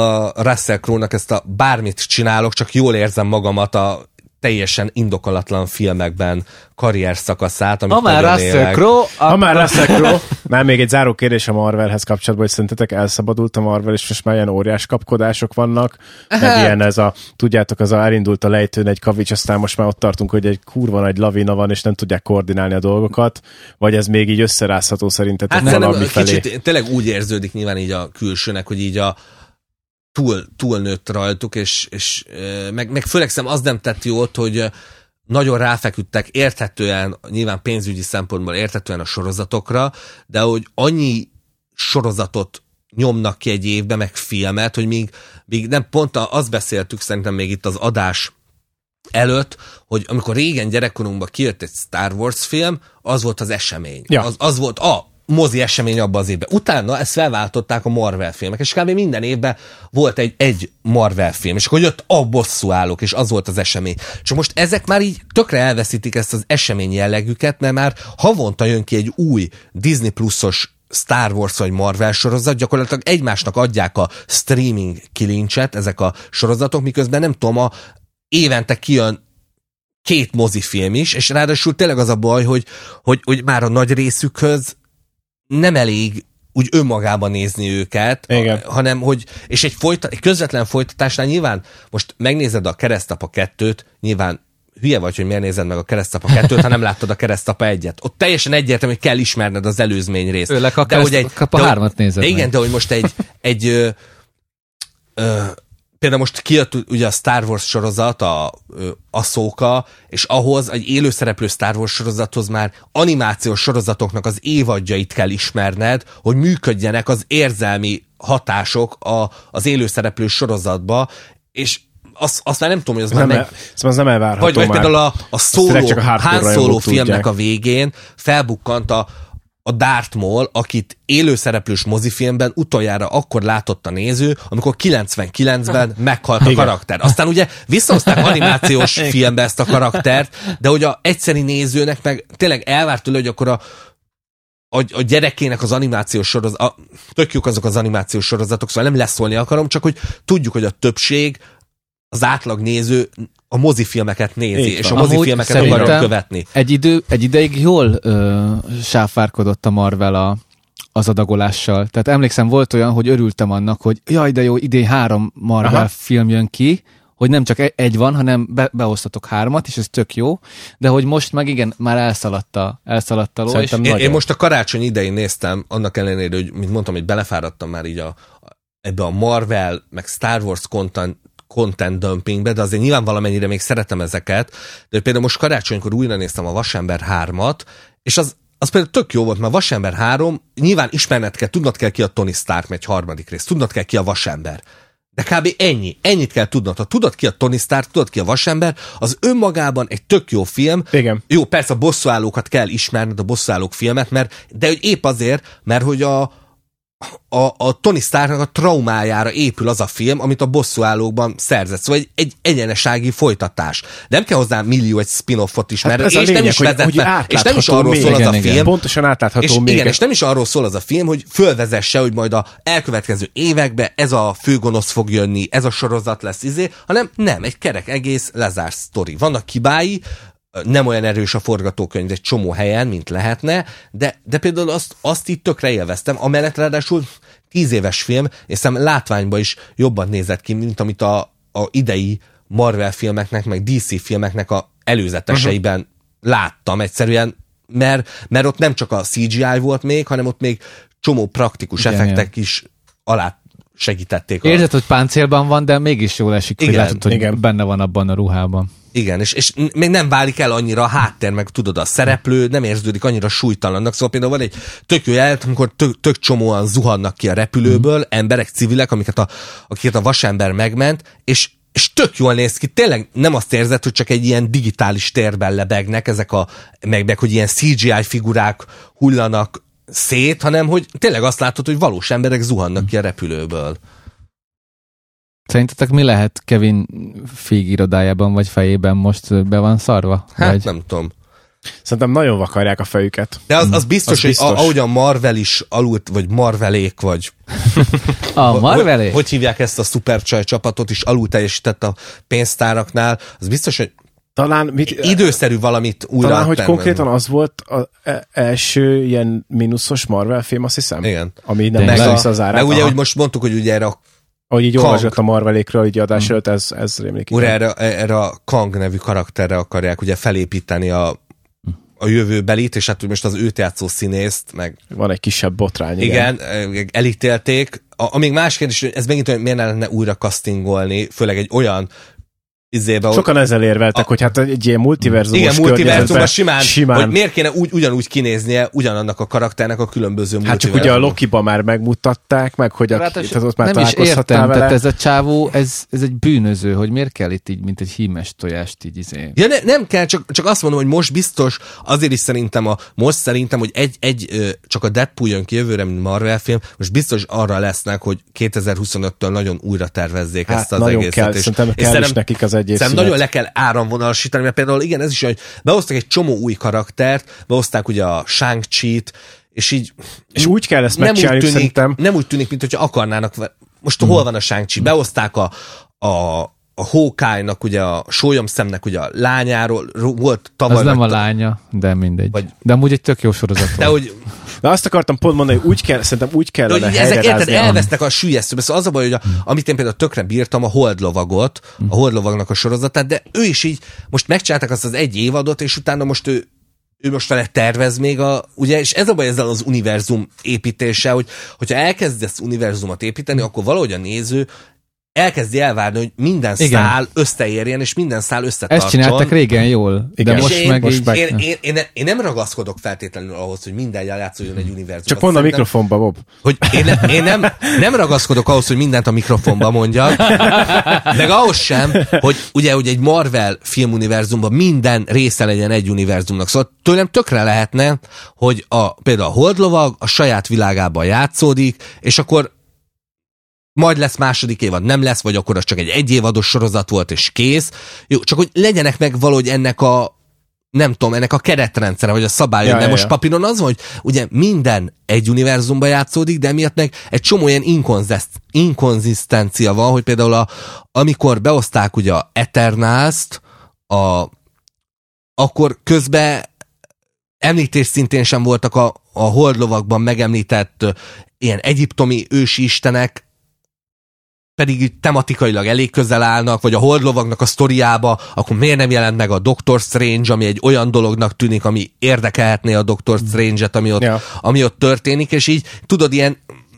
a Russell Crowe-nak ezt a bármit csinálok, csak jól érzem magamat a teljesen indokolatlan filmekben karrier szakaszát, amit ha már Russell Crowe, ha már Russell Crowe, már még egy záró kérdés a Marvelhez kapcsolatban, hogy szerintetek elszabadult a Marvel, és most már ilyen óriás kapkodások vannak, meg hát. Ilyen ez a, tudjátok, az a, elindult a lejtőn egy kavics, aztán most már ott tartunk, hogy egy kurva nagy lavina van, és nem tudják koordinálni a dolgokat, vagy ez még így összerázható szerintetek hát valami felé? Kicsit tényleg úgy érződik nyilván így a külsőnek, hogy így a túl, túl nőtt rajtuk, és, és meg, meg főleg szem az nem tett jót, hogy nagyon ráfeküdtek érthetően, nyilván pénzügyi szempontból érthetően a sorozatokra, de hogy annyi sorozatot nyomnak ki egy évbe, meg filmet, hogy még, még nem pont azt beszéltük szerintem még itt az adás előtt, hogy amikor régen gyerekkorunkban kijött egy Star Wars film, az volt az esemény. Ja. Az, az volt a mozi esemény abban az évben. Utána ezt felváltották a Marvel filmek, és kb. Minden évben volt egy, egy Marvel film, és akkor jött a bosszúállók, és az volt az esemény. Csak most ezek már így tökre elveszítik ezt az esemény jellegüket, mert már havonta jön ki egy új Disney Plus-os Star Wars vagy Marvel sorozat, gyakorlatilag egymásnak adják a streaming kilincset, ezek a sorozatok, miközben nem tudom, a évente kijön két mozifilm is, és ráadásul tényleg az a baj, hogy, hogy, hogy már a nagy részükhöz nem elég úgy önmagában nézni őket, a, hanem hogy, és egy, folyta, egy közvetlen folytatásnál nyilván, most megnézed a Keresztapa kettőt, nyilván hülye vagy, hogy miért nézed meg a Keresztapa kettőt, ha nem láttad a Keresztapa egyet. Ott teljesen egyértelmű, hogy kell ismerned az előzmény részt. Főleg a Keresztapa hármat nézed. Igen, de hogy most egy, egy ö, ö, például most kijött ugye a Star Wars sorozat, a Ahsoka, és ahhoz egy élőszereplő Star Wars sorozathoz már animációs sorozatoknak az évadjait kell ismerned, hogy működjenek az érzelmi hatások a, az élőszereplő sorozatba, és azt, azt már nem tudom, hogy az nem már meg... Szóval az nem elvárható vagy, vagy már. például a, a Solo, Han Solo filmnek tudják. a végén felbukkant a a Darth Maul, akit élőszereplős mozifilmben utoljára akkor látott a néző, amikor kilencvenkilencben meghalt a Igen. karakter. Aztán ugye visszahozták animációs filmbe ezt a karaktert, de hogy a egyszeri nézőnek meg tényleg elvárt tőle, hogy akkor a, a, a gyerekének az animációs sorozat, tök jók azok az animációs sorozatok, szóval nem leszólni akarom, csak hogy tudjuk, hogy a többség, az átlag néző a mozifilmeket nézi, Így és van. a mozifilmeket akarja követni. Egy, idő, egy ideig jól ö, sáfárkodott a Marvel a, az adagolással. Tehát emlékszem, volt olyan, hogy örültem annak, hogy jaj, de jó, idén három Marvel Aha. film jön ki, hogy nem csak egy van, hanem be, beosztatok hármat, és ez tök jó, de hogy most meg igen, már elszaladt a, elszaladt a ló. És én, én most a karácsony idején néztem, annak ellenére, hogy mint mondtam, hogy belefáradtam már így a, ebbe a Marvel, meg Star Wars content, content dumpingbe, de azért nyilván valamennyire még szeretem ezeket, de például most karácsonykor újra néztem a Vasember hármat, és az, az például tök jó volt, mert a Vasember három, nyilván ismerned kell, tudnod kell ki a Tony Stark, megy harmadik rész, tudnod kell ki a Vasember. De kb. ennyi. Ennyit kell tudnod. Ha tudod ki a Tony Stark, tudod ki a Vasember, az önmagában egy tök jó film. Igen. Jó, persze a bosszúállókat kell ismerned, a bosszúállók filmet, mert, de hogy épp azért, mert hogy a A, a Tony Starknak a traumájára épül az a film, amit a bosszúállókban szerzett. Szóval egy, egy egyenesági folytatás. Nem kell hozzá millió egy spin-offot is, mert hát és, lényeg, nem is hogy, vezet, hogy és nem is arról még, szól az igen, a igen. film. Pontosan átlátható és, még. Igen, és nem is arról szól az a film, hogy fölvezesse, hogy majd a elkövetkező években ez a főgonosz fog jönni, ez a sorozat lesz izé, hanem nem, egy kerek egész lezárt sztori. Vannak kibái, nem olyan erős a forgatókönyv egy csomó helyen, mint lehetne, de, de például azt, azt itt tökre élveztem, amellett ráadásul tíz éves film, és szerintem látványban is jobban nézett ki, mint amit a, a idei Marvel filmeknek, meg dé cé filmeknek a előzeteseiben uh-huh. láttam egyszerűen, mert, mert ott nem csak a cé gé í volt még, hanem ott még csomó praktikus igen, effektek igen. is alá segítették. Érzed, a... hogy páncélban van, de mégis jól esik, igen, hogy látod, hogy igen. benne van abban a ruhában. Igen, és, és még nem válik el annyira a háttér, meg tudod, a szereplő nem érződik annyira súlytalannak. Szóval például van egy tök jó jelenet, amikor tök, tök csomóan zuhannak ki a repülőből, mm. emberek, civilek, amiket a, akiket a vasember megment, és, és tök jól néz ki. Tényleg nem azt érzed, hogy csak egy ilyen digitális térben lebegnek ezek a, meg, meg hogy ilyen cé gé í figurák hullanak szét, hanem hogy tényleg azt látod, hogy valós emberek zuhannak mm. ki a repülőből. Szerintetek mi lehet Kevin Feige irodájában vagy fejében most be van szarva? Hát vagy? nem tudom. Szerintem nagyon vakarják a fejüket. De az, az biztos, az hogy biztos. ahogy a Marvel is alult, vagy Marvelék, vagy... A Marvelék? Hogy, hogy hívják ezt a szupercsaj csapatot is alul teljesített a pénztáraknál, az biztos, hogy talán mit, időszerű valamit újra talán, hogy áttennem. konkrétan az volt az első ilyen mínuszos Marvel film, azt hiszem. Igen. Ami nem meg, vissza az árát. Meg ugye, hogy most mondtuk, hogy ugye erre a ahogy így olvasott a Marvelékről, így adás előtt, ez, ez rémlik. Ura, erre, erre a Kang nevű karakterre akarják ugye felépíteni a, a jövőbelit, és hát most az őt játszó színészt, meg... Van egy kisebb botrány. Igen, igen elítélték. A, amíg más kérdés, ez megint olyan, miért ne lenne újra castingolni, főleg egy olyan izébe, sokan ezzel érveltek, a, hogy hát egy ilyen multiverzumos igen, multiverzumban simán, simán, hogy miért kéne úgy, ugyanúgy kinéznie ugyanannak a karakternek a különböző hát csak ugye a Lokiba már megmutatták, meg hogy a, itt ott már nem is értem, vele. Tehát ez a csávó, ez, ez egy bűnöző, hogy miért kell itt így, mint egy hímes tojást így izé. Ja, ne, nem kell, csak, csak azt mondom, hogy most biztos, azért is szerintem, a, most szerintem, hogy egy, egy csak a Deadpool jön ki jövőre, mint Marvel film, most biztos arra lesznek, hogy kétezer-huszonöttől nagyon újra tervezzék hát ezt az egészet. Kell, és, szerintem és kell is nekik az Szerintem nagyon le kell áramvonalasítani, mert például igen, ez is, hogy behoztak egy csomó új karaktert, behozták ugye a Shang-Chi-t, és így... És úgy kell ezt megcsinálni, tűnik, szerintem. Nem úgy tűnik, mint hogyha akarnának... Most hmm. hol van a Shang-Chi? Behozták a, a, a Hawkeye-nak, ugye a sólyomszemnek ugye a lányáról, volt tavaly... Az nem a lánya, de mindegy. Vagy, de amúgy egy tök jó sorozat de hogy Na azt akartam pont mondani, hogy úgy kell, szerintem úgy kellene hogy ezek érted, a... elvesznek a sülyeztőbe. Szóval az a baj, hogy a, amit én például tökre bírtam, a Holdlovagot, a Holdlovagnak a sorozatát, de ő is így, most megcsinálták azt az egy évadot, és utána most ő ő most vele tervez még a, ugye, és ez a baj ezzel az univerzum építése, hogy hogyha elkezdesz univerzumot építeni, akkor valahogy a néző elkezdi elvárni, hogy minden Igen. szál összeérjen, és minden szál összetartson. Ezt csináltak régen jól, Igen. de most én, meg most így... meg én, én, én, én nem ragaszkodok feltétlenül ahhoz, hogy minden játszódjon egy univerzumban. Csak mondd a mikrofonba, Bob. Hogy én, ne, én nem, nem ragaszkodok ahhoz, hogy mindent a mikrofonba mondjak, meg ahhoz sem, hogy ugye hogy egy Marvel filmuniverzumban minden része legyen egy univerzumnak. Szóval tőlem tökre lehetne, hogy a, például a Holdlovag a saját világában játszódik, és akkor majd lesz második évad, nem lesz, vagy akkor az csak egy egyévados sorozat volt, és kész. Jó, csak hogy legyenek meg valahogy ennek a, nem tudom, ennek a keretrendszere, vagy a szabály, ja, mert ja, most ja. papíron az van, hogy ugye minden egy univerzumban játszódik, de emiatt meg egy csomó ilyen inkonzisztencia van, hogy például a, amikor beoszták ugye a Eternals-t, a, akkor közben említés szintén sem voltak a, a Holdlovagban megemlített uh, ilyen egyiptomi ősi istenek, pedig így tematikailag elég közel állnak, vagy a Holdlovagnak a sztoriába, akkor miért nem jelent meg a Doctor Strange, ami egy olyan dolognak tűnik, ami érdekelhetné a Doctor Strange-et, ami ott, ja. ami ott történik, és így tudod, ilyen,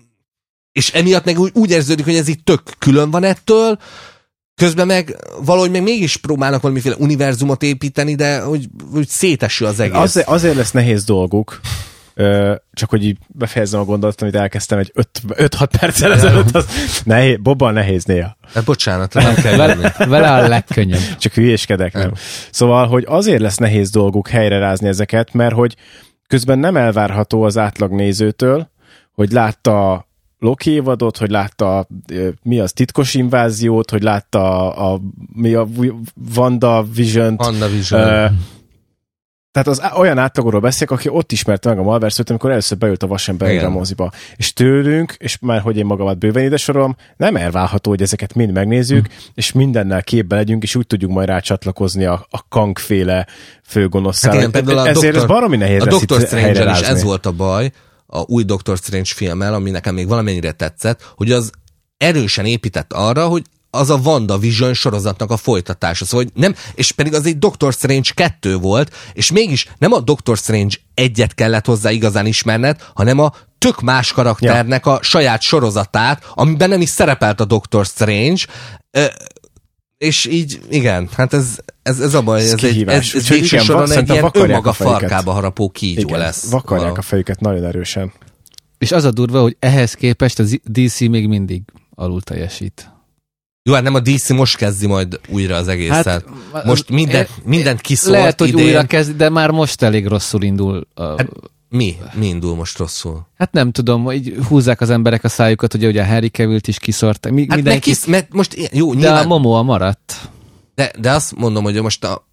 és emiatt meg úgy, úgy érződik, hogy ez így tök külön van ettől, közben meg valahogy meg mégis próbálnak valamiféle univerzumot építeni, de hogy, hogy szétesül az egész. Azért, azért lesz nehéz dolguk, Ö, csak hogy így befejezzem a gondolatot, amit elkezdtem egy öt-hat perccel ezelőtt, az nehéz, Bobban nehéz néha. Hát bocsánat, nem kell vele, vele a legkönnyebb. Csak hülyéskedek, nem. nem. Szóval, hogy azért lesz nehéz dolguk helyrerázni ezeket, mert hogy közben nem elvárható az átlag nézőtől, hogy látta Loki évadot, hogy látta mi az titkos inváziót, hogy látta a, a mi a WandaVision-t. WandaVision. Uh, Tehát az olyan átlagról beszélek, aki ott ismerte meg a Malverse-t, amikor először beült a Vasemberre a moziba. És tőlünk, és már hogy én magamat bőven ide sorolom, nem elvárható, hogy ezeket mind megnézzük, hm. és mindennel képbe legyünk, és úgy tudjuk majd rácsatlakozni a, a Kang-féle főgonoszszára. Hát igen, ezért doktor, ez baromi nehéz a lesz Doctor itt Strange-el is ez volt a baj, a új Doctor Strange filmmel, ami nekem még valamennyire tetszett, hogy az erősen épített arra, hogy az a WandaVision sorozatnak a folytatása. Szóval nem, és pedig az egy Doctor Strange kettő volt, és mégis nem a Doctor Strange egyet kellett hozzá igazán ismerned, hanem a tök más karakternek ja. a saját sorozatát, amiben nem is szerepelt a Doctor Strange, és így, igen, hát ez, ez, ez a baj, ez, ez egy, ez, ez végső soron egy ilyen önmaga farkába harapó kígyó igen, lesz. Vakarják vala. A fejüket nagyon erősen. És az a durva, hogy ehhez képest a dé cé még mindig alul teljesít. Jó, hát nem a dé cé most kezdi majd újra az egészet. Hát, most mindent, mindent kiszólt lehet, hogy idén. újra kezdi, de már most elég rosszul indul. A... Hát, mi? Mi indul most rosszul? Hát nem tudom, így húzzák az emberek a szájukat, ugye, ugye a Henry Cavill-t is kiszórták. Mi, hát mindenki... kisz, mert most jó, de nyilván... a Momoa maradt. De, de azt mondom, hogy most a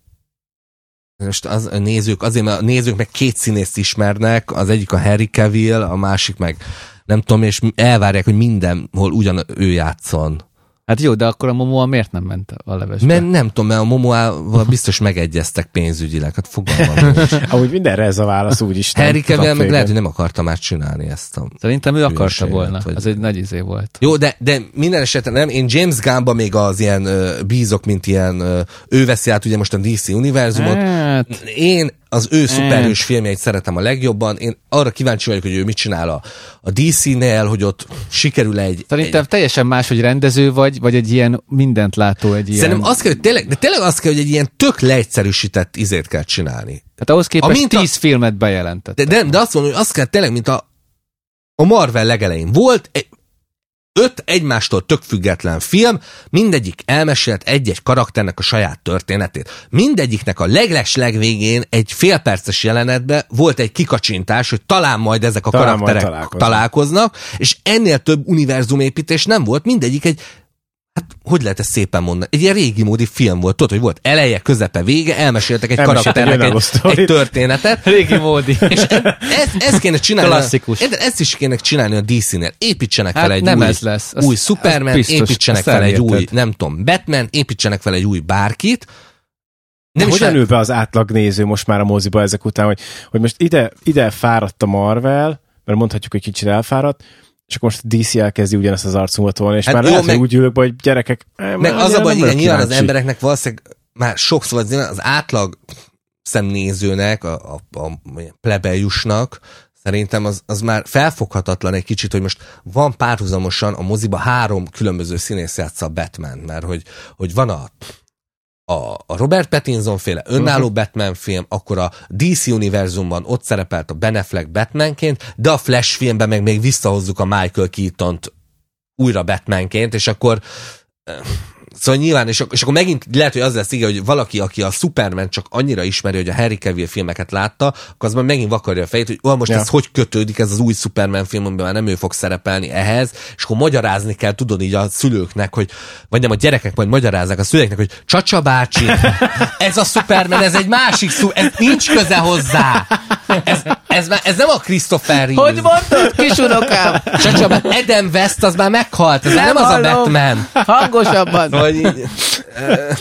most az, a nézők, azért, mert a nézők meg két színészt ismernek, az egyik a Henry Cavill, a másik meg nem tudom, és elvárják, hogy mindenhol ugyan ő játszon. Hát jó, de akkor a Momoa miért nem ment a levesbe? Mert nem tudom, mert a Momoával biztos megegyeztek pénzügyileg, hát fogalmam. Amúgy mindenre ez a válasz úgyis. Henry Cavill meg lehet, hogy nem akarta már csinálni ezt a... Szerintem ő akarta volna, vagy... ez egy nagy izé volt. Jó, de, de minden esetben nem, én James Gunn-ba még az ilyen uh, bízok, mint ilyen, uh, ő veszi át ugye most a dé cé univerzumot. Hát... Én az ő szuperhős filmjeit szeretem a legjobban. Én arra kíváncsi vagyok, hogy ő mit csinál a, a dé cé-nél, hogy ott sikerül egy... Szerintem egy... teljesen más, hogy rendező vagy, vagy egy ilyen mindent látó, egy ilyen... Szerintem azt kell, hogy tényleg, de tényleg azt kell, hogy egy ilyen tök leegyszerűsített izét kell csinálni. Hát ahhoz képest a tíz a... filmet bejelentett. De, de, de azt mondom, hogy azt kell tényleg, mint a, a Marvel legelején volt, egy, öt egymástól tök független film, mindegyik elmesélt egy-egy karakternek a saját történetét. Mindegyiknek a legles legvégén egy félperces jelenetben volt egy kikacsintás, hogy talán majd ezek a talán karakterek találkoznak. találkoznak, és ennél több univerzumépítés nem volt, mindegyik egy, hát hogy lehet ezt szépen mondani, egy ilyen régi módi film volt, tudod, hogy volt eleje, közepe, vége, elmeséltek egy Elmesélt karakternek egy, egy, egy történetet. Régi módi. És ezt, ezt kéne csinálni. Klasszikus. Ezt is kéne csinálni a dé cé-nél. Építsenek hát fel egy nem új, ez lesz. új Superman, biztos, építsenek fel egy új, nem tudom, Batman, építsenek fel egy új bárkit, Nem hogyan fel... ül be az átlagnéző most már a moziba ezek után, hogy, hogy most ide, ide fáradt a Marvel, mert mondhatjuk, hogy kicsit elfáradt, és akkor most a dé cé elkezdi ugyanezt az arcunkat volna, és hát már jó, lehet, meg... hogy úgy ülök be, hogy gyerekek... Meg az a baj, igen, nyilván az embereknek valószínűleg már sokszor az átlag szemnézőnek, a, a, a plebejusnak, szerintem az, az már felfoghatatlan egy kicsit, hogy most van párhuzamosan a moziba három különböző színész játsza a Batman, mert hogy, hogy van a, a, a Robert Pattinson féle önálló uh-huh. Batman film, akkor a dé cé univerzumban ott szerepelt a Ben Affleck Batmanként, de a Flash filmben meg még visszahozzuk a Michael Keatont újra Batmanként, és akkor szóval nyilván, és, és akkor megint lehet, hogy az lesz, igen, hogy valaki, aki a Superman csak annyira ismeri, hogy a Henry Cavill filmeket látta, akkor az már megint vakarja a fejét, hogy oh, most ja. ez hogy kötődik, ez az új Superman film, amiben már nem ő fog szerepelni ehhez, és akkor magyarázni kell, tudod így a szülőknek, hogy, vagy nem a gyerekek majd magyarázzák a szülőknek, hogy Csacsa bácsi, ez a Superman, ez egy másik szó, ez nincs köze hozzá. Ez, ez, már, ez nem a Christopher Reeve. Hogy mondtad, kisunokám? Csacsa, Adam West az már meghalt, ez nem, nem az hallom. A Batman. Hangosabban. Vagy így, uh,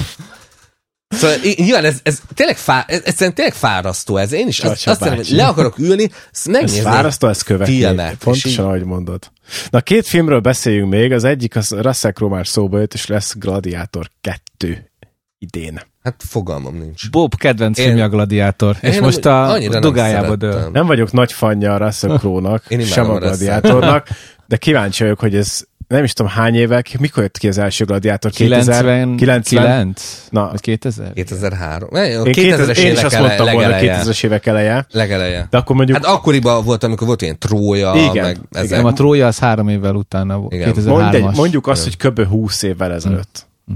szóval nyilván ez, ez tényleg fá, ez, ez tényleg fárasztó ez. Én is azt, azt mondom, hogy le akarok ülni, megnézni. Ez fárasztó, ez követni. Pontosan, ahogy mondod. Na, két filmről beszéljünk még. Az egyik, az Russell Crowe már szóba jött, és lesz Gladiátor kettő idén. Hát fogalmam nincs. Bob kedvenc én, filmje a Gladiátor, és nem, most a dugájába dől. Nem vagyok nagy fanja a Russell Crowe-nak, sem a Gladiátornak, de kíváncsi vagyok, hogy ez nem is tudom hány évek, mikor jött ki az első Gladiátor? kilencvenkilenc Na. Vagy kétezer? kétezer-három Én, kétezer, én is azt mondtam volna, kétezres évek eleje. Legeleje. De akkor mondjuk... Hát akkoriban volt, amikor volt ilyen Trója, igen, meg ezek. Igen, a Trója az három évvel utána volt. kétezer-hármas Mondjuk azt, hogy kb. húsz évvel ezelőtt. Mm.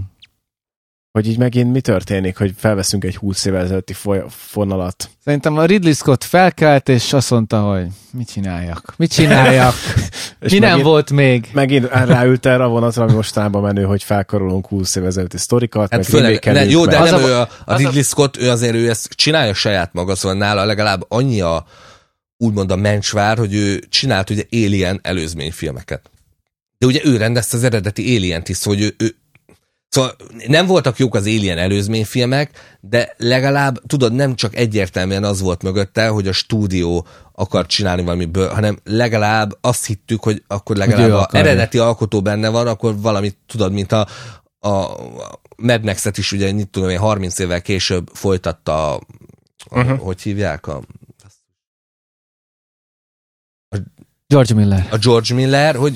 Hogy így megint mi történik, hogy felveszünk egy húsz évvel ezelőtti fonalat. Szerintem a Ridley Scott felkelt, és azt mondta, hogy mit csináljak? Mit csináljak? Mi nem volt még? Megint ráült erre a vonatra, ami mostanában menő, hogy felkarolunk húsz évvel ezelőtti sztorikat, hát meg főleg, jó, de nem ő a, a Ridley Scott, ő azért ő ezt csinálja saját maga, szóval nála legalább annyi a úgymond a mencsvár, hogy ő csinált ugye Alien előzményfilmeket. De ugye ő rendezte az eredeti Alien-t is, hogy ő, ő szóval nem voltak jók az Alien előzményfilmek, de legalább, tudod, nem csak egyértelműen az volt mögötte, hogy a stúdió akar csinálni valamiből, hanem legalább azt hittük, hogy akkor legalább az eredeti alkotó benne van, akkor valamit, tudod, mint a, a Mad Max-et is ugye, mit tudom én, harminc évvel később folytatta, a, uh-huh. hogy hívják? A, a George Miller. A George Miller, hogy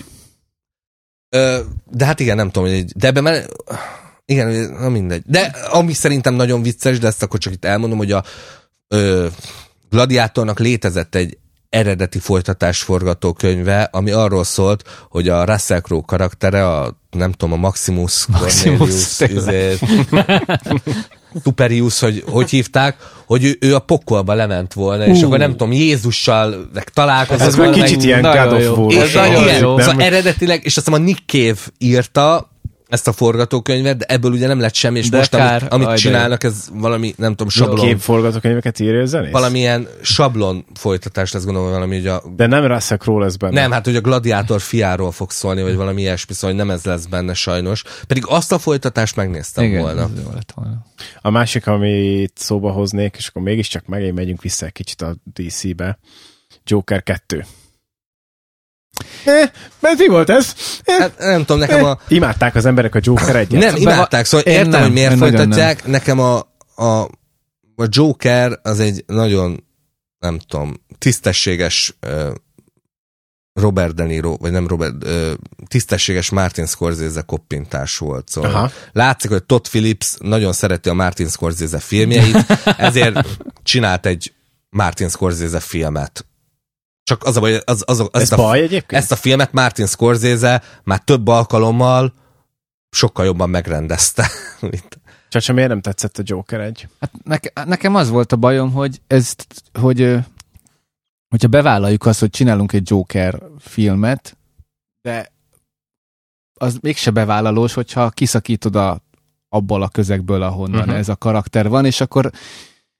de hát igen, nem tudom, hogy de ebben már igen, na mindegy. De ami szerintem nagyon vicces, de ezt akkor csak itt elmondom, hogy a ö, Gladiátornak létezett egy eredeti folytatás forgatókönyve, ami arról szólt, hogy a Russell Crowe karaktere, a nem tudom, a Maximus, Maximus Cornelius Superius, hogy hogy hívták, hogy ő, ő a pokolba lement volna, uh. és akkor nem tudom, Jézussal találkozott. Ez már kicsit meg, ilyen God of War. Ez nagyon jó. Szóval eredetileg, és azt hiszem a Nick Cave írta ezt a forgatókönyvet, de ebből ugye nem lett semmi, és de most kár, amit, amit csinálnak, ez valami, nem tudom, sablon. Kép forgatókönyveket írja a zenész? Valamilyen sablon folytatás lesz, gondolom, valami, hogy a... De nem Russell Crowe lesz benne. Nem, hát, hogy a Gladiátor fiáról fog szólni, vagy valami ilyesmi, szóval nem ez lesz benne sajnos. Pedig azt a folytatást megnéztem igen, volna. volna. A másik, amit szóba hoznék, és akkor mégiscsak megint megyünk vissza egy kicsit a dé cé-be. Joker kettő. Eh, mert mi volt ez? Eh, hát, nem tudom, nekem a... Imádták az emberek a Joker egyet. Nem, imádták, szóval értem, nem, hogy miért folytatják. Nekem a, a, a Joker az egy nagyon, nem tudom, tisztességes uh, Robert De Niro, vagy nem Robert, uh, tisztességes Martin Scorsese koppintás volt. Szóval aha. Látszik, hogy Todd Phillips nagyon szereti a Martin Scorsese filmjeit, ezért csinált egy Martin Scorsese filmet. Csak az a baj, az, az, az, ez a, baj egyébként? Ezt a filmet Martin Scorsese már több alkalommal sokkal jobban megrendezte. Csak miért nem tetszett a Joker egy? Hát neke, nekem az volt a bajom, hogy ez, hogy hogyha bevállaljuk azt, hogy csinálunk egy Joker filmet, de az mégse bevállalós, hogyha kiszakítod a, abból a közegből, ahonnan uh-huh. ez a karakter van, és akkor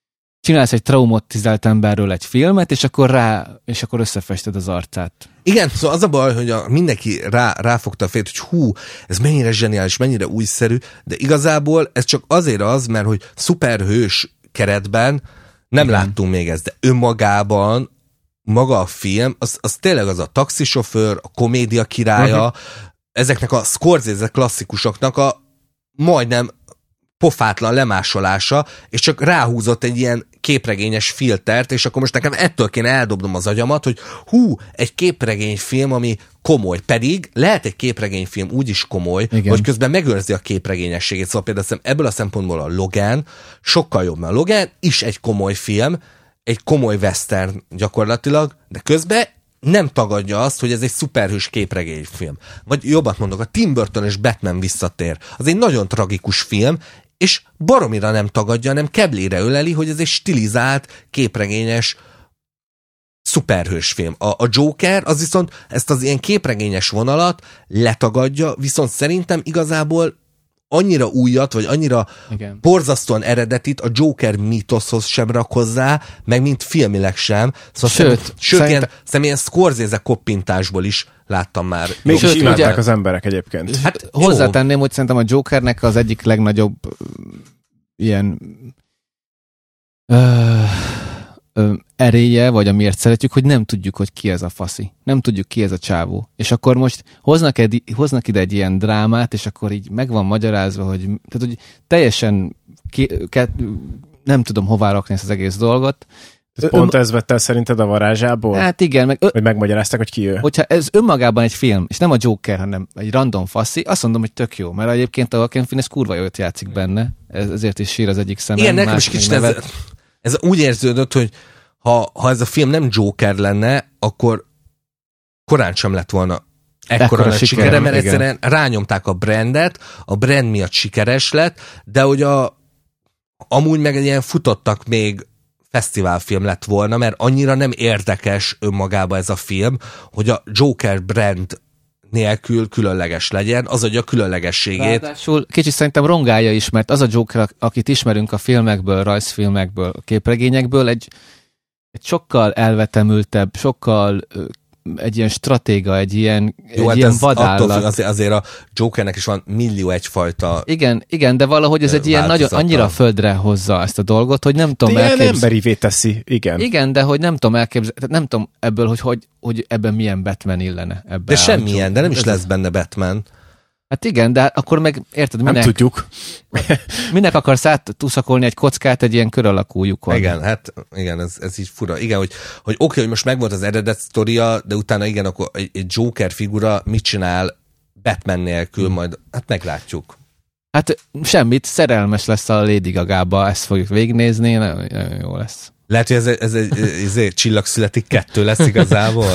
csinálsz egy traumatizált emberről egy filmet, és akkor rá, és akkor összefested az arcát. Igen, szóval az a baj, hogy a, mindenki rá, ráfogta a fejét, hogy hú, ez mennyire zseniális, mennyire újszerű, de igazából ez csak azért az, mert hogy szuperhős keretben nem Igen. láttunk még ezt, de önmagában maga a film, az, az tényleg az a taxisofőr, a komédia királya, uh-huh. ezeknek a Scorsese klasszikusoknak a majdnem pofátlan lemásolása, és csak ráhúzott egy ilyen képregényes filtert, és akkor most nekem ettől kéne eldobnom az agyamat, hogy hú, egy képregényfilm, ami komoly. Pedig lehet egy képregényfilm úgy is komoly, Igen. hogy közben megőrzi a képregényességét. Szóval például ebből a szempontból a Logan sokkal jobb, mert a Logan is egy komoly film, egy komoly western gyakorlatilag, de közben nem tagadja azt, hogy ez egy szuperhős képregényfilm. Vagy jobbat mondok, a Tim Burton és Batman visszatér. Az egy nagyon tragikus film, és baromira nem tagadja, hanem keblére öleli, hogy ez egy stilizált, képregényes, szuperhős film. A, a Joker az viszont ezt az ilyen képregényes vonalat letagadja, viszont szerintem igazából annyira újat, vagy annyira Igen. borzasztóan eredetit a Joker mítoszhoz sem rak hozzá, meg mint filmileg sem. Szóval sőt, szem, sőt szerint... ilyen, ilyen Scorsese koppintásból is láttam már. Mégis is imádták ugye, az emberek egyébként. Hát hozzátenném, hogy szerintem a Jokernek az egyik legnagyobb ilyen ö, ö, eréje, vagy amiért szeretjük, hogy nem tudjuk, hogy ki ez a faszi. Nem tudjuk, ki ez a csávó. És akkor most hoznak, ed, hoznak ide egy ilyen drámát, és akkor így meg van magyarázva, hogy, tehát, hogy teljesen ki, ke, nem tudom, hová rakni ezt az egész dolgot. Pont ez vett el szerinted a varázsából? Hát igen. Meg, hogy megmagyarázták, hogy ki ő? Hogyha ez önmagában egy film, és nem a Joker, hanem egy random faszi, azt mondom, hogy tök jó, mert egyébként a Joaquin Phoenix kurva jót játszik benne, ez, ezért is sír az egyik szemem. Igen, nekem is kicsit ez, ez úgy érződött, hogy ha, ha ez a film nem Joker lenne, akkor korán sem lett volna ekkora nagy sikere, mert igen. egyszerűen rányomták a brandet, a brand miatt sikeres lett, de hogy a, amúgy meg ilyen futottak még fesztiválfilm lett volna, mert annyira nem érdekes önmagában ez a film, hogy a Joker brand nélkül különleges legyen, az adja a különlegességét. Ráadásul kicsit szerintem rongálja is, mert az a Joker, akit ismerünk a filmekből, rajzfilmekből, a képregényekből, egy, egy sokkal elvetemültebb, sokkal egy ilyen stratéga, egy ilyen, Jó, egy hát ilyen vadállat. Azért, azért a Jokernek is van millió egyfajta. Igen, igen, de valahogy ez egy ilyen nagyon, annyira földre hozza ezt a dolgot, hogy nem tudom elképzelni. Ilyen emberivé teszi, igen. Igen, de hogy nem tudom elképzelni, tehát nem tudom ebből, hogy, hogy, hogy ebben milyen Batman illene. Ebben de semmilyen, de nem is lesz benne Batman. Hát igen, de akkor meg, érted, minek? Nem tudjuk. Minek akarsz áttuszakolni egy kockát egy ilyen kör alakú lyukon? Igen, hát igen, ez, ez így fura. Igen, hogy, hogy oké, okay, hogy most megvolt az eredet sztoria, de utána igen, akkor egy, egy Joker figura mit csinál Batman nélkül, hmm. majd hát meglátjuk. Hát semmit, szerelmes lesz a Lady Gaga-ba, ezt fogjuk végignézni, nagyon, nagyon jó lesz. Lehet, hogy ez, ez egy, ez egy Csillag születik kettő lesz igazából.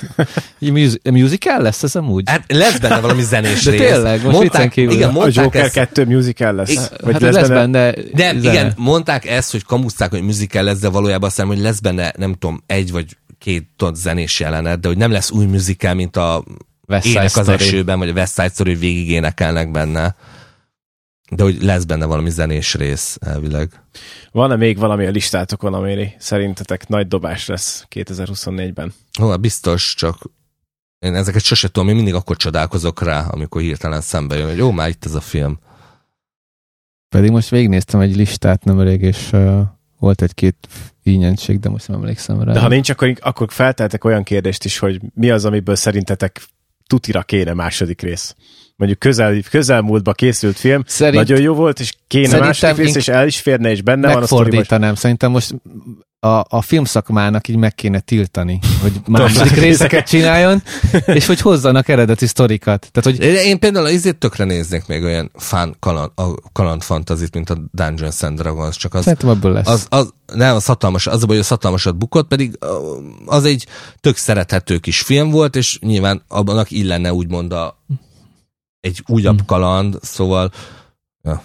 Musical lesz ez amúgy? Hát lesz benne valami zenés de rész. De tényleg, most mondták, kívül. Igen, mondták a Joker ezt, kettő musical lesz. I, vagy hát lesz, lesz benne, benne De zene. Igen, mondták ezt, hogy kamuszták, hogy musical lesz, de valójában azt hogy lesz benne, nem tudom, egy vagy két tudod, zenés jelenet, de hogy nem lesz új musical, mint a Ének az esőben, vagy a West Side Story, hogy végig énekelnek benne. De hogy lesz benne valami zenés rész elvileg. Van-e még valami a listátokon, ami szerintetek nagy dobás lesz kétezer-huszonnégyben? Ó, biztos, csak én ezeket sose tudom, én mindig akkor csodálkozok rá, amikor hirtelen szembe jön, hogy jó, már itt ez a film. Pedig most végignéztem egy listát nemrég, és uh, volt egy-két ínyentség, de most nem emlékszem rá. De ha nincs, akkor, akkor felteltek olyan kérdést is, hogy mi az, amiből szerintetek tutira kéne második rész. Mondjuk közel, közelmúltba készült film, Szerint, nagyon jó volt, és kéne második rész, és el is férne, és benne van a sztori. Megfordítanám, szerintem most a, a filmszakmának így meg kéne tiltani, hogy második részeket csináljon, és hogy hozzanak eredeti sztorikat. Tehát, hogy... Én például azért tökre néznék még olyan fán kaland, kaland fantazit, mint a Dungeons and Dragons, csak az... Szerintem ebből lesz. Az, az, nem, az hatalmas, az a baj, hogy az hatalmasat bukott, pedig az egy tök szerethető kis film volt, és nyilván abbanak illene úgymond a egy újabb kaland, szóval... Ja.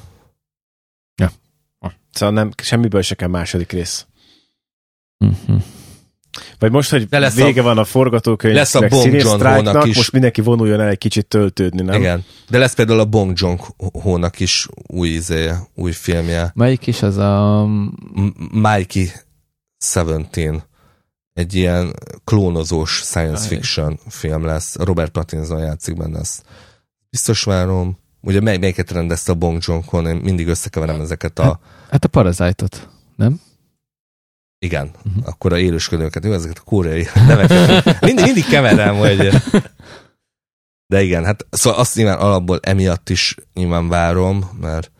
Ja. Szóval nem, semmiből se kell második rész. Uh-huh. Vagy most, hogy vége a, van a forgatókönyv, lesz a Bong Joon-hónak is. Most mindenki vonuljon el egy kicsit töltődni, nem? Igen. De lesz például a Bong Joon-hónak is új, izé, új filmje. Melyik is az a... Mikey tizenhét. Egy ilyen klónozós science fiction film lesz. Robert Pattinson játszik benne, ezt biztos várom. Ugye mely, melyiket rendezte a Bong Joon-ho, én mindig összekeverem ezeket a... Hát a Parasite-ot, nem? Igen, uh-huh. Akkor a élősködőket, jó, ezeket a koreai neveket. mindig, mindig keverem, hogy... De igen, hát szóval azt nyilván alapból emiatt is nyilván várom, mert...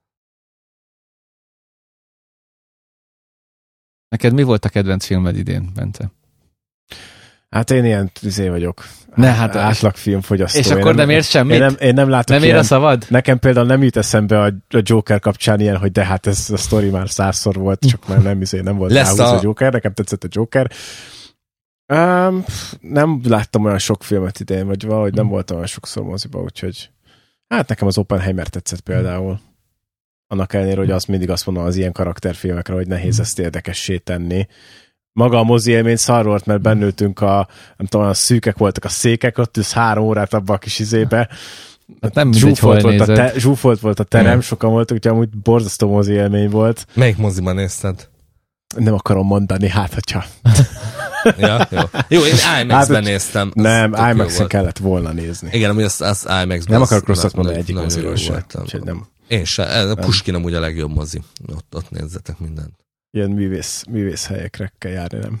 Neked mi volt a kedvenc filmed idén, Bence? Hát én ilyen tüzé vagyok. Ne, hát átlag filmfogyasztó. És akkor nem érsz semmit? Én nem, én nem látok nem ilyen, ér a szavad? Nekem például nem jut eszembe a, a Joker kapcsán ilyen, hogy de hát ez a sztori már százszor volt, csak már nem, izé, nem volt ráhúzva a... a Joker, nekem tetszett a Joker. Um, nem láttam olyan sok filmet idén, vagy valahogy nem voltam olyan sokszor moziba, úgyhogy hát nekem az Oppenheimer tetszett például. Annak ellenére, hogy azt mindig azt mondom az ilyen karakterfilmekre, hogy nehéz ezt érdekessé tenni. Maga a mozi élmény szar volt, mert bennültünk a, nem tudom, a szűkek voltak a székek, ott ülsz három órát abba a kis izébe. Hát nem zsúfolt, volt a te, zsúfolt volt a terem, sokan voltak, úgyhogy amúgy borzasztó mozi élmény volt. Melyik moziban nézted? Nem akarom mondani, hát hogyha... ja, jó. Jó, én I MAX-ben hát, néztem. Nem, I MAX-en kellett volna nézni. Igen, amúgy az, az I MAX-ben... Nem akarok rosszat mondani egyik moziról sem. Nem. Én sem. A Puskin amúgy a legjobb mozi. Ott, ott nézzetek mindent. Ilyen művész, művész helyekre kell járni, nem?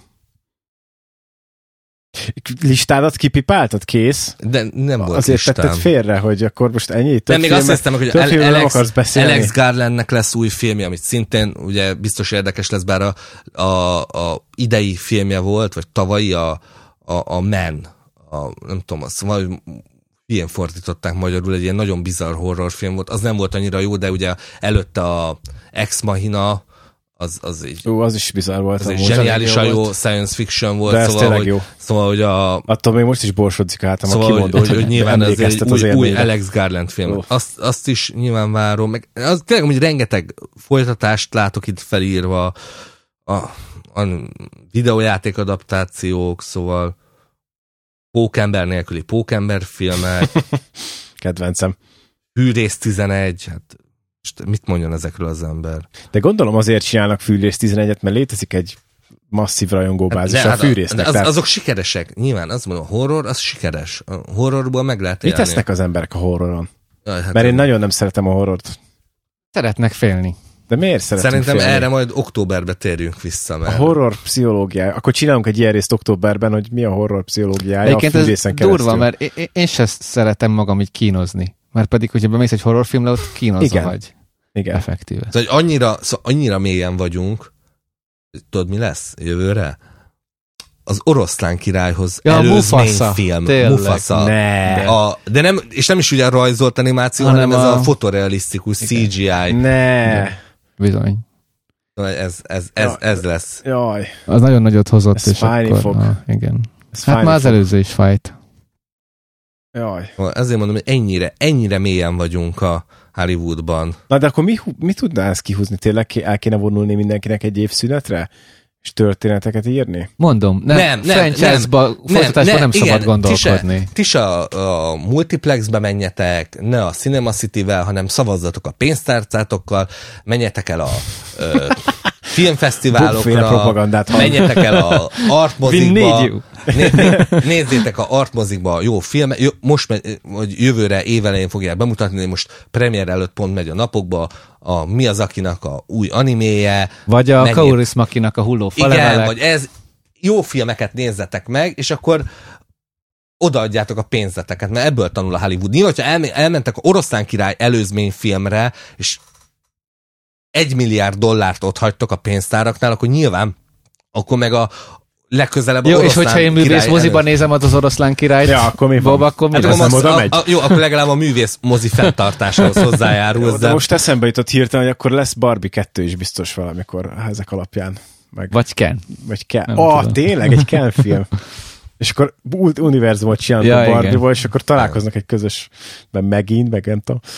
Listádat kipipáltad? Kész? De nem volt azért listám. Tetted félre, hogy akkor most ennyi? Nem, még azt hiszem, hogy Alex, nem Alex Garlandnek lesz új filmje, amit szintén ugye biztos érdekes lesz, bár a, a, a idei filmje volt, vagy tavalyi a, a, a Man. A, nem tudom, azt valahogy ilyen fordították magyarul, egy ilyen nagyon bizarr horrorfilm volt. Az nem volt annyira jó, de ugye előtte a Ex Machina, az, az így... Ó, az is bizarr volt. Az egy zseniálisan jó, jó science fiction volt. De ez szóval, hogy, jó. Szóval, hogy a... Attól még most is borsodzik hátam, szóval, a kimondott, hogy, hogy, hogy nyilván ez egy az új, új Alex Garland film. Azt, azt is nyilván várom. Meg, az tényleg, hogy rengeteg folytatást látok itt felírva, a, a videójáték adaptációk, szóval Pókember nélküli Pókember filmek. Kedvencem. Hűrész tizenegy, hát mit mondjon ezekről az ember? De gondolom azért csinálnak Fűrész tizenegyet, mert létezik egy masszív rajongóbázis hát, a fűrésznek. Az, azok sikeresek. Nyilván azt mondom, a horror az sikeres. A horrorból meg lehet élni. Mit tesznek az emberek a horroron? Jaj, hát mert én nagyon nem szeretem a horrort. Szeretnek félni. De miért szeretünk Szerintem félni? erre majd októberben térjünk vissza. Mert... A horror pszichológiája. Akkor csinálunk egy ilyen részt októberben, hogy mi a horror pszichológiája egyébként a fűrészen keresztül. Durva, keresztül. mert én, én sem szeretem magam így kínozni. Mert pedig, hogyha bemész egy horrorfilmre, ott kínozva Igen. vagy. Igen. Effektíve. Szóval annyira, szóval annyira mélyen vagyunk, tudod mi lesz jövőre? Az Oroszlán királyhoz ja, előzményfilm. Mufasa. Ne. A, de nem, és nem is ugye a rajzolt animáció, hanem, hanem ez a, a fotorealisztikus igen. cé gé í. Ne. De. Bizony. Ez, ez, ez, ez lesz. Jaj. Az nagyon nagyot hozott. Ez és fájni akkor, fog. Na, igen. Ez hát már az fog. előző is fájt. Jaj. Ezért mondom, hogy ennyire, ennyire mélyen vagyunk a Hollywoodban. Na de akkor mi, mi tudná ezt kihúzni? Tényleg el kéne vonulni mindenkinek egy évszünetre? És történeteket írni? Mondom, nem, nem, nem franchise-ba, folytatásban nem, nem szabad igen, gondolkodni. Ti se, ti se a, a multiplexbe menjetek, ne a Cinema City-vel, hanem szavazzatok a pénztárcátokkal, menjetek el a ö, filmfesztiválokra, menjetek el a artmozikba, né, né, nézzétek a artmozikba jó filmet, jó, most vagy jövőre évelején fogják bemutatni, most premier előtt pont megy a napokba, a Miyazakinak a új animéje. Vagy a Kaurismäkinak a hulló falevelek. Igen, vagy ez. Jó filmeket nézzetek meg, és akkor odaadjátok a pénzeteket, mert ebből tanul a Hollywood. Nyilván, hogyha elme- elmentek a Oroszlán király előzményfilmre, és egy milliárd dollárt ott hagytok a pénztáraknál, akkor nyilván, akkor meg a legközelebb jó, a és hogyha én művész moziban nézem az Oroszlán királyt, ja, akkor mi Bob, akkor mi hát lesz? Akkor a, a, jó, akkor legalább a művész mozi fenntartásához hozzájárul. Jó, de most eszembe jutott hirtelen, hogy akkor lesz Barbie kettő is biztos valamikor ezek alapján. Meg, vagy Ken. Vagy Ken. Ó, oh, tényleg, egy Ken film. És akkor univerzumot csinálnak ja, a Barbie-ból, és akkor találkoznak egy közösben megint, meg nem tudom.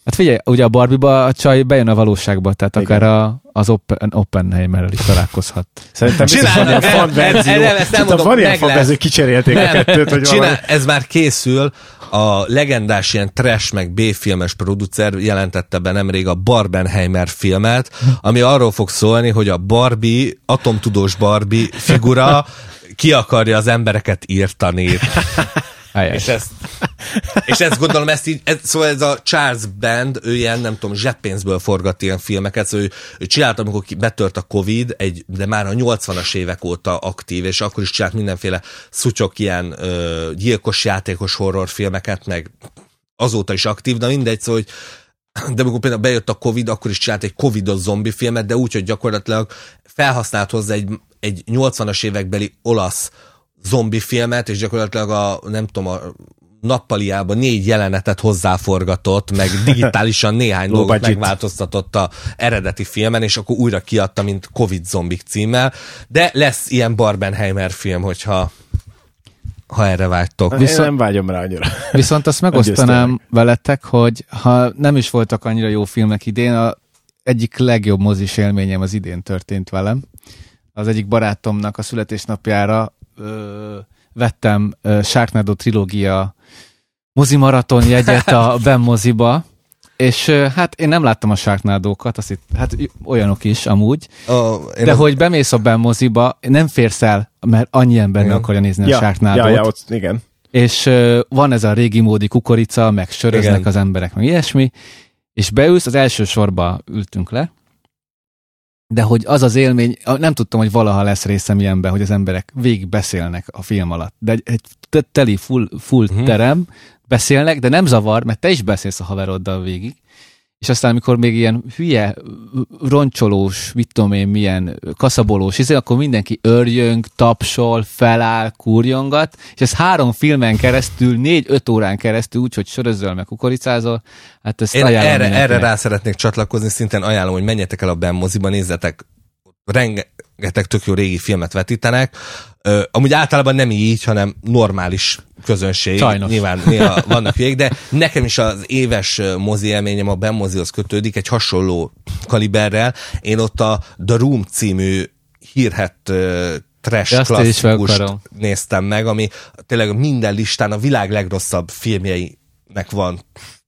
Hát figyelj, ugye a Barbie-ba a csaj bejön a valóságba, tehát igen. Akár a, az Oppen, Oppenheimerrel is találkozhat. Szerintem biztos van ilyen fan verzió. Szerintem van ilyen fan verzió, kicserélték a kettőt, hogy valami. Ez már készül. A legendás ilyen trash meg B-filmes producer jelentette be nemrég a Barbenheimer filmet, ami arról fog szólni, hogy a Barbie, atomtudós Barbie figura ki akarja az embereket írtani. És ezt, és ezt gondolom, ezt így, ez, szóval ez a Charles Band, ő ilyen, nem tudom, zseppénzből forgat ilyen filmeket, szóval ő, ő csinált, amikor betört a Covid, egy, de már a nyolcvanas évek óta aktív, és akkor is csinált mindenféle szutyok, ilyen ö, gyilkos, játékos horrorfilmeket, meg azóta is aktív, de mindegy, szóval, hogy de amikor például bejött a Covid, akkor is csinált egy Covidos zombi filmet, de úgy, hogy gyakorlatilag felhasznált hozzá egy, egy nyolcvanas évekbeli olasz zombi filmet, és gyakorlatilag a, nem tudom, a nappaliában négy jelenetet hozzáforgatott, meg digitálisan néhány dolgot megváltoztatott a eredeti filmen, és akkor újra kiadta, mint Covid zombik címmel, de lesz ilyen Barbenheimer film, hogyha ha erre vágytok. Viszont, én nem vágyom rá annyira. Viszont azt megosztanám veletek, hogy ha nem is voltak annyira jó filmek idén, a egyik legjobb mozis élményem az idén történt velem. Az egyik barátomnak a születésnapjára Ö, vettem ö, Sharknado trilógia mozimaraton jegyet a Ben moziba, és ö, hát én nem láttam a Sharknadókat, azt itt, hát olyanok is amúgy, oh, de az... hogy bemész a Ben moziba, nem férsz el, mert annyi ember meg akarja nézni ja, a Sharknadót. Ja, ja, ott, igen. És ö, van ez a régi módi kukorica, meg söröznek igen. Az emberek, meg ilyesmi, és beülsz, az első sorba ültünk le, de hogy az az élmény, nem tudtam, hogy valaha lesz részem ilyenben, hogy az emberek végig beszélnek a film alatt. De egy, egy teli full, full uh-huh. terem, beszélnek, de nem zavar, mert te is beszélsz a haveroddal végig. És aztán, amikor még ilyen hülye, roncsolós, mit tudom én, milyen kaszabolós, izé, akkor mindenki örjöng, tapsol, feláll, kurjongat, és ez három filmen keresztül, négy-öt órán keresztül, úgyhogy sörözöl, meg kukoricázol. Hát ezt én erre, erre rá szeretnék csatlakozni, szintén ajánlom, hogy menjetek el a Ben moziba, nézzetek, rengeteg tök jó régi filmet vetítenek. Ö, amúgy általában nem így, hanem normális közönség. Sajnos. Nyilván néha vannak vég, de nekem is az éves mozi élményem a Ben mozihoz kötődik egy hasonló kaliberrel. Én ott a The Room című hírhett uh, trash klasszikust néztem meg, ami tényleg minden listán a világ legrosszabb filmjeinek van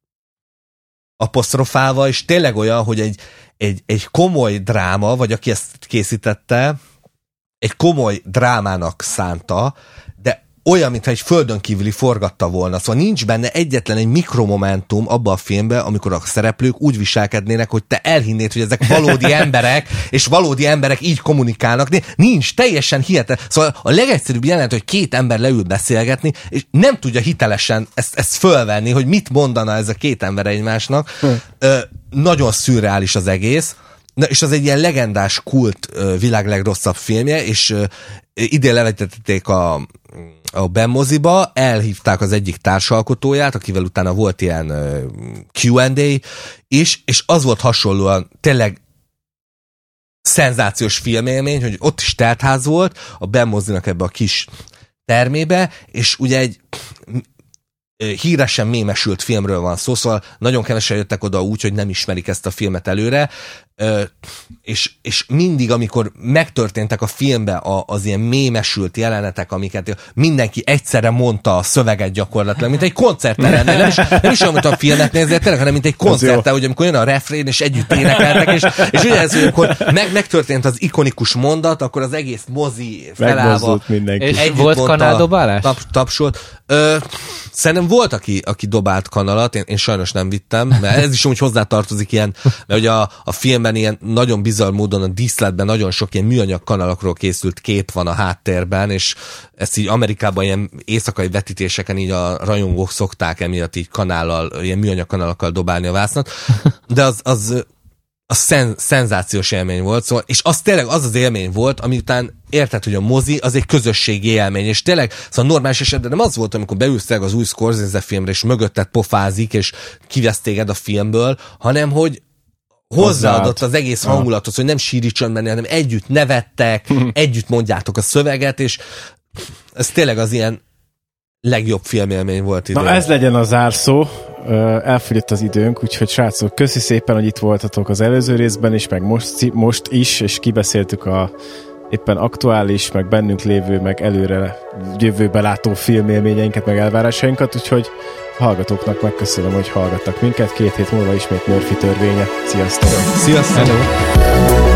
apostrofálva, és tényleg olyan, hogy egy, egy, egy komoly dráma, vagy aki ezt készítette, egy komoly drámának szánta, de olyan, mintha egy földön kívüli forgatta volna. Szóval nincs benne egyetlen egy mikromomentum abban a filmben, amikor a szereplők úgy viselkednének, hogy te elhinnéd, hogy ezek valódi emberek, és valódi emberek így kommunikálnak. Nincs, teljesen hihetetlen. Szóval a legegyszerűbb jelent, hogy két ember leül beszélgetni, és nem tudja hitelesen ezt, ezt fölvenni, hogy mit mondana ez a két ember egymásnak. Hm. Ö, nagyon szürreális az egész. Na, és az egy ilyen legendás kult világ legrosszabb filmje, és idén levetítették a, a Ben moziba, elhívták az egyik társalkotóját, akivel utána volt ilyen Q and A, és, és az volt hasonlóan tényleg szenzációs filmélmény, hogy ott is teltház volt, a Ben mozinak ebbe a kis termébe, és ugye egy híresen mémesült filmről van szó, szóval nagyon kevesen jöttek oda úgy, hogy nem ismerik ezt a filmet előre, és, és mindig, amikor megtörténtek a filmben az ilyen mémesült jelenetek, amiket mindenki egyszerre mondta a szöveget gyakorlatilag, mint egy koncerten lenne, nem is, nem is olyan, mint a filmet nézni, tényleg, hanem mint egy koncerten, hogy amikor jön a refrén, és együtt énekeltek, és, és ugye ez, hogy amikor meg, megtörtént az ikonikus mondat, akkor az egész mozi felállva és volt kanáldobálás? Tap, tapsolt. Ö, szerintem volt, aki, aki dobált kanalat, én, én sajnos nem vittem, mert ez is úgy hozzátartozik ilyen, mert ugye a, a filmben ilyen nagyon bizarr módon a díszletben nagyon sok ilyen műanyag kanalakról készült kép van a háttérben, és ezt így Amerikában ilyen éjszakai vetítéseken így a rajongók szokták emiatt így kanállal, ilyen műanyag kanalakkal dobálni a vásznat, de az, az a szen, szenzációs élmény volt, szóval, és az tényleg az az élmény volt, ami után érted, hogy a mozi az egy közösségi élmény, és tényleg, szóval normális esetben nem az volt, amikor beülsz az új Scorsese filmre, és mögötted pofázik, és kivesz téged a filmből, hanem hogy hozzáadott az egész hangulathoz, hogy nem sírítson benne, hanem együtt nevettek, együtt mondjátok a szöveget, és ez tényleg az ilyen legjobb filmélmény volt idén. Na ez legyen a zárszó. elfogyott az időnk, úgyhogy srácok, köszi szépen, hogy itt voltatok az előző részben is, meg most, most is, és kibeszéltük a éppen aktuális, meg bennünk lévő, meg előre jövőbe látó filmélményeinket, meg elvárásainkat, úgyhogy hallgatóknak megköszönöm, hogy hallgattak minket. Két hét múlva ismét Murphy törvénye. Sziasztok! Sziasztok! Hello.